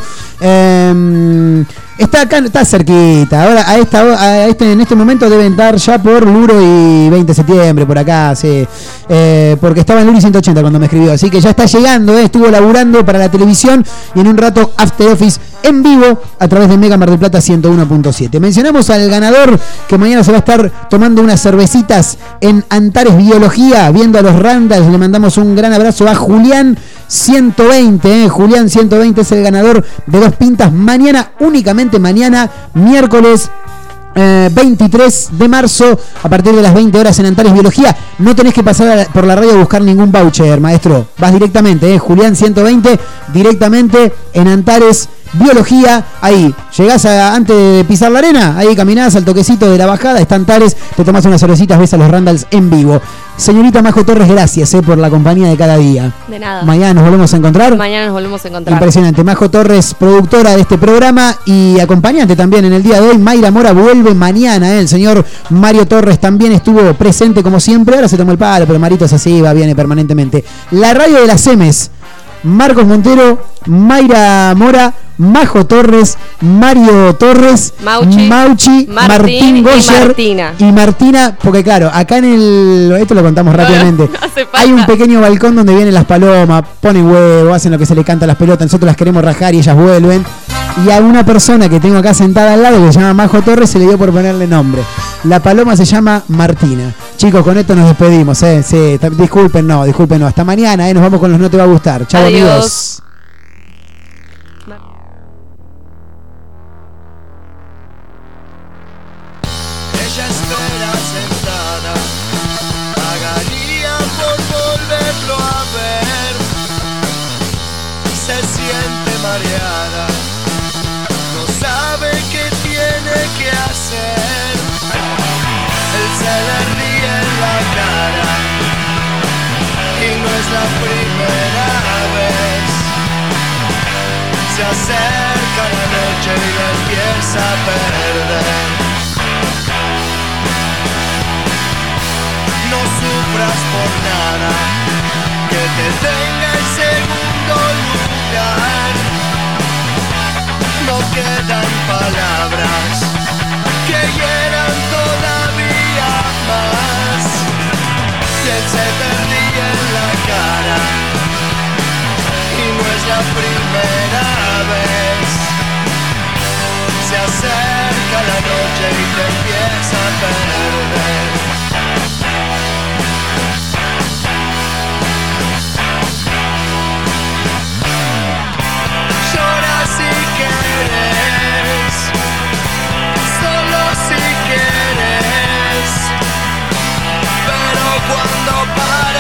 Está acá, está cerquita. Ahora en este momento deben estar ya por Luro y 20 de septiembre, por acá, sí. Porque estaba en Luro y 180 cuando me escribió. Así que ya está llegando, estuvo laburando para la televisión y en un rato After Office en vivo a través de Mega Mar del Plata 101.7. Mencionamos al ganador que mañana se va a estar tomando unas cervecitas en Antares Biología, viendo a los Randalls. Le mandamos un gran abrazo a Julián 120. Julián 120 es el ganador de 2 pintas mañana, únicamente mañana, miércoles 23 de marzo, a partir de las 20 horas en Antares Biología. No tenés que pasar por la radio a buscar ningún voucher, maestro. Vas directamente, Julián 120, directamente en Antares Biología. Ahí, llegás antes de pisar la arena, ahí caminás al toquecito de la bajada, está Antares, te tomás unas cervecitas, ves a los Randalls en vivo. Señorita Majo Torres, gracias por la compañía de cada día. De nada. Mañana nos volvemos a encontrar. Mañana nos volvemos a encontrar. Impresionante. Majo Torres, productora de este programa y acompañante también en el día de hoy. Mayra Mora vuelve mañana. El señor Mario Torres también estuvo presente como siempre. Ahora se tomó el palo, pero Marito es así, viene permanentemente. La radio de las Semes. Marcos Montero, Mayra Mora, Majo Torres, Mario Torres, Mauchi, Martín Goyer y Martina, porque claro, acá esto lo contamos rápidamente. Hay un pequeño balcón donde vienen las palomas, ponen huevo, hacen lo que se le canta a las pelotas, nosotros las queremos rajar y ellas vuelven. Y a una persona que tengo acá sentada al lado, que se llama Majo Torres, se le dio por ponerle nombre. La paloma se llama Martina. Chicos, con esto nos despedimos, Sí, disculpen, no. Hasta mañana, Nos vamos con los No Te Va a Gustar. Chao, amigos. Ella espera sentada, pagaría por volverlo a ver. Se siente mareada, no sabe qué tiene que hacer. Él se le ríe en la cara y no es la primera vez. Se acerca la noche y la empieza a perder. No sufras por nada, que te tenga en segundo lugar. No quedan palabras que hieran todavía más. Y él se te ríe en la cara y no es la primera vez. Se acerca la noche y te empieza a perder. Si quieres, solo si quieres, pero cuando pares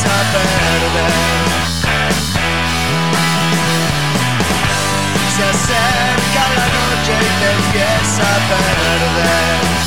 empieza a perder. Se acerca la noche y te empieza a perder.